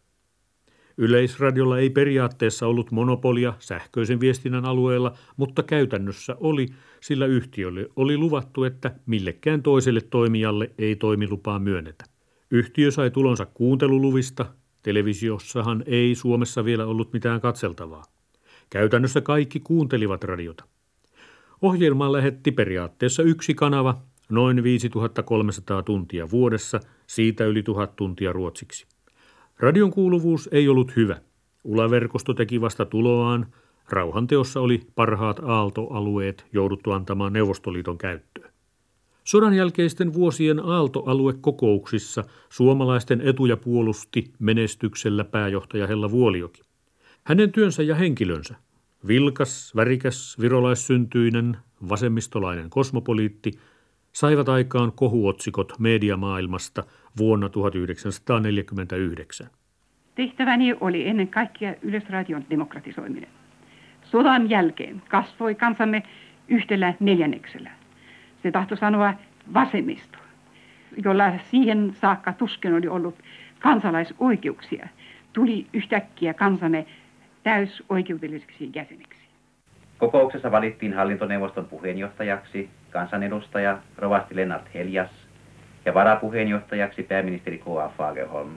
Yleisradiolla ei periaatteessa ollut monopolia sähköisen viestinnän alueella, mutta käytännössä oli, sillä yhtiölle oli luvattu, että millekään toiselle toimijalle ei toimilupaa myönnetä. Yhtiö sai tulonsa kuunteluluvista, televisiossahan ei Suomessa vielä ollut mitään katseltavaa. Käytännössä kaikki kuuntelivat radiota. Ohjelmaan lähetti periaatteessa yksi kanava, noin viisituhatta kolmesataa tuntia vuodessa, siitä yli tuhat tuntia ruotsiksi. Radion kuuluvuus ei ollut hyvä. Ulaverkosto teki vasta tuloaan. Rauhanteossa oli parhaat aaltoalueet jouduttu antamaan Neuvostoliiton käyttöön. Sodan jälkeisten vuosien aaltoaluekokouksissa suomalaisten etuja puolusti menestyksellä pääjohtaja Hella Vuolioki. Hänen työnsä ja henkilönsä, vilkas, värikäs, virolaissyntyinen, vasemmistolainen kosmopoliitti, saivat aikaan kohuotsikot mediamaailmasta vuonna tuhatyhdeksänsataaneljäkymmentäyhdeksän. Tehtäväni oli ennen kaikkea Yleisradion demokratisoiminen. Sodan jälkeen kasvoi kansamme yhdellä neljänneksellä. Se tahtoi sanoa vasemmisto, jolla siihen saakka tuskin oli ollut kansalaisoikeuksia, tuli yhtäkkiä kansamme täysoikeudelliseksi jäseneksi. Kokouksessa valittiin hallintoneuvoston puheenjohtajaksi kansanedustaja rovasti Lennart Heljas ja varapuheenjohtajaksi pääministeri K A Fagerholm.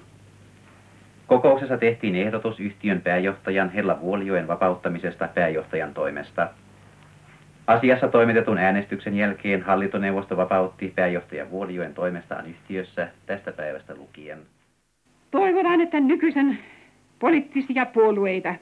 Kokouksessa tehtiin ehdotus yhtiön pääjohtajan Hella Vuolijoen vapauttamisesta pääjohtajan toimesta. Asiassa toimitetun äänestyksen jälkeen hallintoneuvosto vapautti pääjohtaja Vuolijoen toimestaan yhtiössä tästä päivästä lukien. Toivotaan, että nykyisen poliittisia puolueita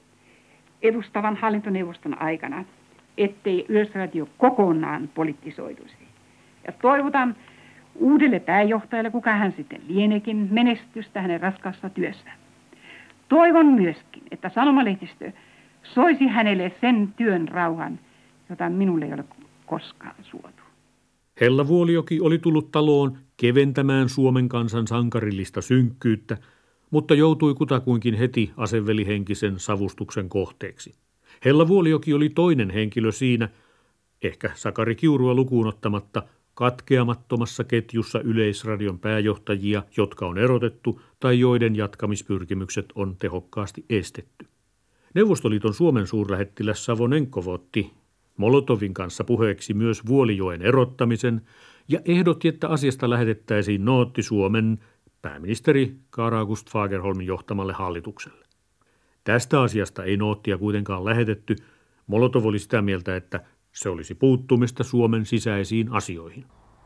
edustavan hallintoneuvoston aikana, ettei Yleisradio kokonaan politisoituisi. Ja toivotan uudelle pääjohtajalle, kuka hän sitten lienekin, menestystä hänen raskaassa työssä. Toivon myöskin, että sanomalehdistö soisi hänelle sen työn rauhan, jota minulle ei ole koskaan suotu. Hella Vuolioki oli tullut taloon keventämään Suomen kansan sankarillista synkkyyttä, mutta joutui kutakuinkin heti asevelihenkisen savustuksen kohteeksi. Hella Vuolioki oli toinen henkilö siinä, ehkä Sakari Kiurua lukuun ottamatta, katkeamattomassa ketjussa Yleisradion pääjohtajia, jotka on erotettu tai joiden jatkamispyrkimykset on tehokkaasti estetty. Neuvostoliiton Suomen suurlähettiläs Savonenko otti Molotovin kanssa puheeksi myös Vuolijoen erottamisen ja ehdotti, että asiasta lähetettäisiin nootti Suomen pääministeri Carl August Fagerholmin johtamalle hallitukselle. Tästä asiasta ei noottia kuitenkaan lähetetty. Molotov oli sitä mieltä, että se olisi puuttumista Suomen sisäisiin asioihin.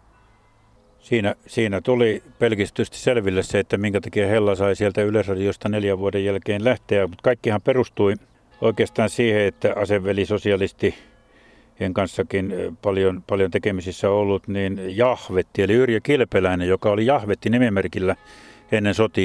Siinä, siinä tuli pelkistysti selville se, että minkä takia Hella sai sieltä Yleisradiosta neljän vuoden jälkeen lähteä. Mutta kaikkihan perustui oikeastaan siihen, että aseveli sosialisti kanssakin paljon, paljon tekemisissä ollut, niin Jahvetti, eli Yrjö Kilpeläinen, joka oli Jahvetti nimimerkillä ennen sotia,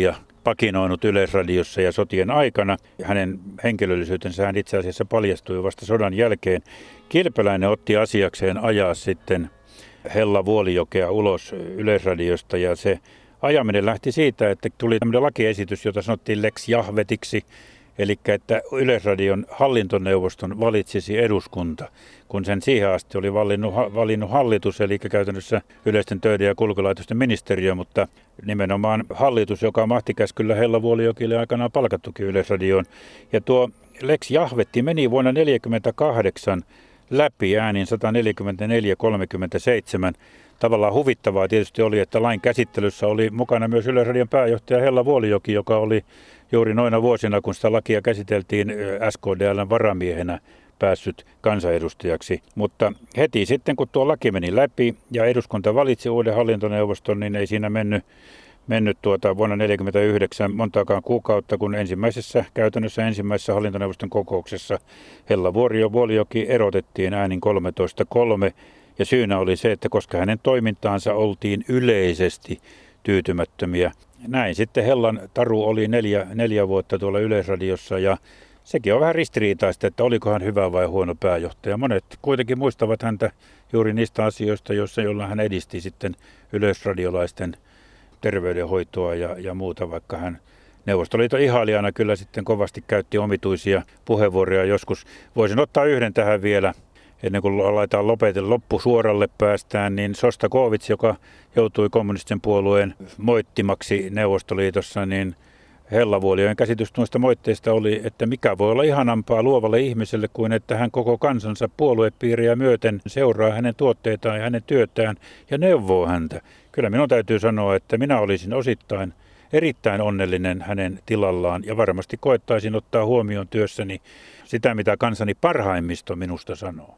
pakinoinut Yleisradiossa ja sotien aikana. Hänen henkilöllisyytensä hän itse asiassa paljastui vasta sodan jälkeen. Kilpeläinen otti asiakseen ajaa sitten Hella Vuolijokea ulos Yleisradiosta ja se ajaminen lähti siitä, että tuli tämmöinen lakiesitys, jota sanottiin Lex Jahvetiksi, eli että Yleisradion hallintoneuvoston valitsisi eduskunta, kun sen siihen asti oli valinnut, valinnut hallitus, eli käytännössä yleisten töiden ja kulkulaitosten ministeriö, mutta nimenomaan hallitus, joka mahtikäskyllä Hella Vuolijokille aikanaan palkattukin Yleisradioon. Ja tuo Lex Jahvetti meni vuonna tuhatyhdeksänsataaneljäkymmentäkahdeksan läpi äänin sata neljäkymmentäneljä kolmekymmentäseitsemän. Tavallaan huvittavaa tietysti oli, että lain käsittelyssä oli mukana myös Yleisradion pääjohtaja Hella Vuolijoki, joka oli juuri noina vuosina, kun sitä lakia käsiteltiin S K D L:n varamiehenä päässyt kansanedustajaksi. Mutta heti sitten, kun tuo laki meni läpi ja eduskunta valitsi uuden hallintoneuvoston, niin ei siinä mennyt, mennyt tuota vuonna tuhatyhdeksänsataaneljäkymmentäyhdeksän montaakaan kuukautta, kun ensimmäisessä, käytännössä ensimmäisessä hallintoneuvoston kokouksessa Hella Vuolijoki erotettiin äänin kolmetoista kolme. Ja syynä oli se, että koska hänen toimintaansa oltiin yleisesti tyytymättömiä. Näin sitten Hellan taru oli neljä, neljä vuotta tuolla Yleisradiossa ja sekin on vähän ristiriitaista, että olikohan hyvä vai huono pääjohtaja. Monet kuitenkin muistavat häntä juuri niistä asioista, joissa jolla hän edisti sitten yleisradiolaisten terveydenhoitoa ja, ja muuta, vaikka hän Neuvostoliiton ihailijana kyllä sitten kovasti käytti omituisia puheenvuoroja joskus. Voisin ottaa yhden tähän vielä. Ennen kuin laitetaan lopetella loppusuoralle päästään, niin Sostakovits, joka joutui kommunistisen puolueen moittimaksi Neuvostoliitossa, niin Hella Vuolijoen käsitys noista moitteista oli, että mikä voi olla ihanampaa luovalle ihmiselle kuin että hän koko kansansa puoluepiiriä myöten seuraa hänen tuotteitaan ja hänen työtään ja neuvoo häntä. Kyllä minun täytyy sanoa, että minä olisin osittain erittäin onnellinen hänen tilallaan ja varmasti koettaisin ottaa huomioon työssäni sitä, mitä kansani parhaimmisto minusta sanoo.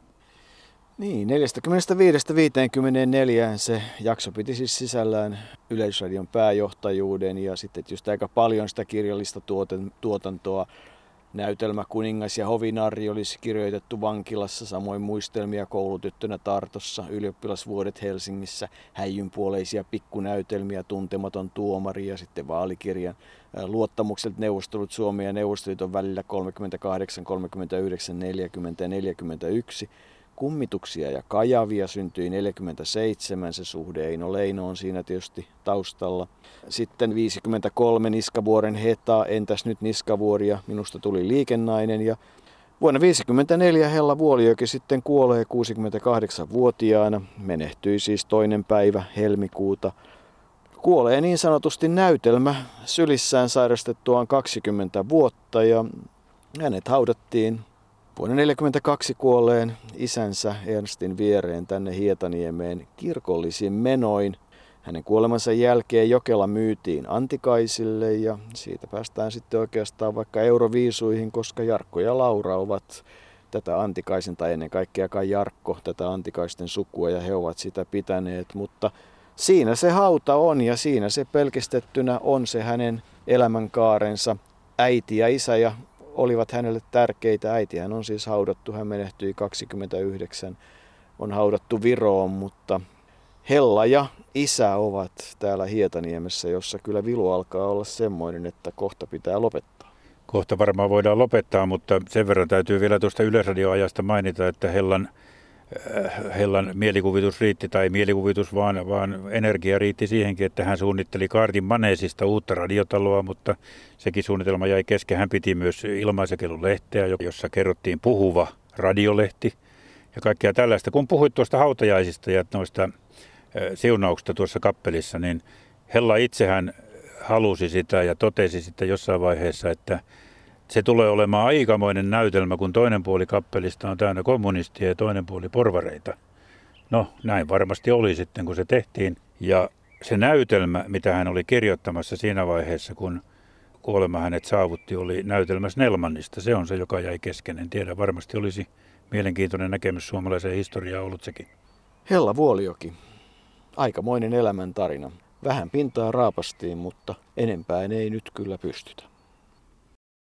Niin, neljäkymmentäviisi viisikymmentäneljä se jakso piti siis sisällään Yleisradion pääjohtajuuden ja sitten just aika paljon sitä kirjallista tuotantoa. Näytelmä Kuningas ja hovinarri olisi kirjoitettu vankilassa, samoin muistelmia koulutyttönä Tartossa, ylioppilasvuodet Helsingissä, häijynpuoleisia pikkunäytelmiä, Tuntematon tuomari ja sitten vaalikirjan luottamukset neuvostelut Suomen ja Neuvostoliiton välillä kolmekymmentäkahdeksan, kolmekymmentäyhdeksän, neljäkymmentä ja neljäkymmentäyksi. Kummituksia ja kajavia syntyi neljäkymmentäseitsemän, se suhde Eino Leino on siinä tietysti taustalla. Sitten viisikymmentäkolme Niskavuoren Heta, entäs nyt Niskavuori ja minusta tuli liikennainen. Ja vuonna viisikymmentäneljä Hella Vuolijoki sitten kuolee kuusikymmentäkahdeksanvuotiaana, menehtyi siis toinen päivä helmikuuta. Kuolee niin sanotusti näytelmä sylissään sairastettuaan kaksikymmentä vuotta ja hänet haudattiin vuonna tuhatyhdeksänsataaneljäkymmentäkaksi kuolleen isänsä Ernstin viereen tänne Hietaniemeen kirkollisin menoin. Hänen kuolemansa jälkeen Jokela myytiin Antikaisille ja siitä päästään sitten oikeastaan vaikka Euroviisuihin, koska Jarkko ja Laura ovat tätä Antikaisen tai ennen kaikkea kai Jarkko tätä Antikaisten sukua ja he ovat sitä pitäneet, mutta siinä se hauta on ja siinä se pelkistettynä on se hänen elämänkaarensa. Äiti ja isä ja olivat hänelle tärkeitä. Äitihän on siis haudattu, hän menehtyi kaksikymmentäyhdeksän, on haudattu Viroon, mutta Hella ja isä ovat täällä Hietaniemessä, jossa kyllä vilu alkaa olla semmoinen, että kohta pitää lopettaa. Kohta varmaan voidaan lopettaa, mutta sen verran täytyy vielä tuosta Yleisradioajasta mainita, että Hellan, äh, Hellan mielikuvitus riitti, tai mielikuvitus vaan, vaan energia riitti siihenkin, että hän suunnitteli Kaartin Maneesista uutta radiotaloa, mutta sekin suunnitelma jäi kesken. Hän piti myös ilmaisakelulehteä, jossa kerrottiin puhuva radiolehti ja kaikkea tällaista. Kun puhuit tuosta hautajaisista ja noista äh, siunauksista tuossa kappelissa, niin Hella itsehän halusi sitä ja totesi sitten jossain vaiheessa, että se tulee olemaan aikamoinen näytelmä, kun toinen puoli kappelista on täynnä kommunistia ja toinen puoli porvareita. No, näin varmasti oli sitten, kun se tehtiin. Ja se näytelmä, mitä hän oli kirjoittamassa siinä vaiheessa, kun kuolema hänet saavutti, oli näytelmä Snellmanista. Se on se, joka jäi kesken. En tiedä, varmasti olisi mielenkiintoinen näkemys suomalaiseen historiaan ollut sekin. Hella Vuolijoki. Aikamoinen elämän tarina. Vähän pintaa raapastiin, mutta enempään ei nyt kyllä pystytä.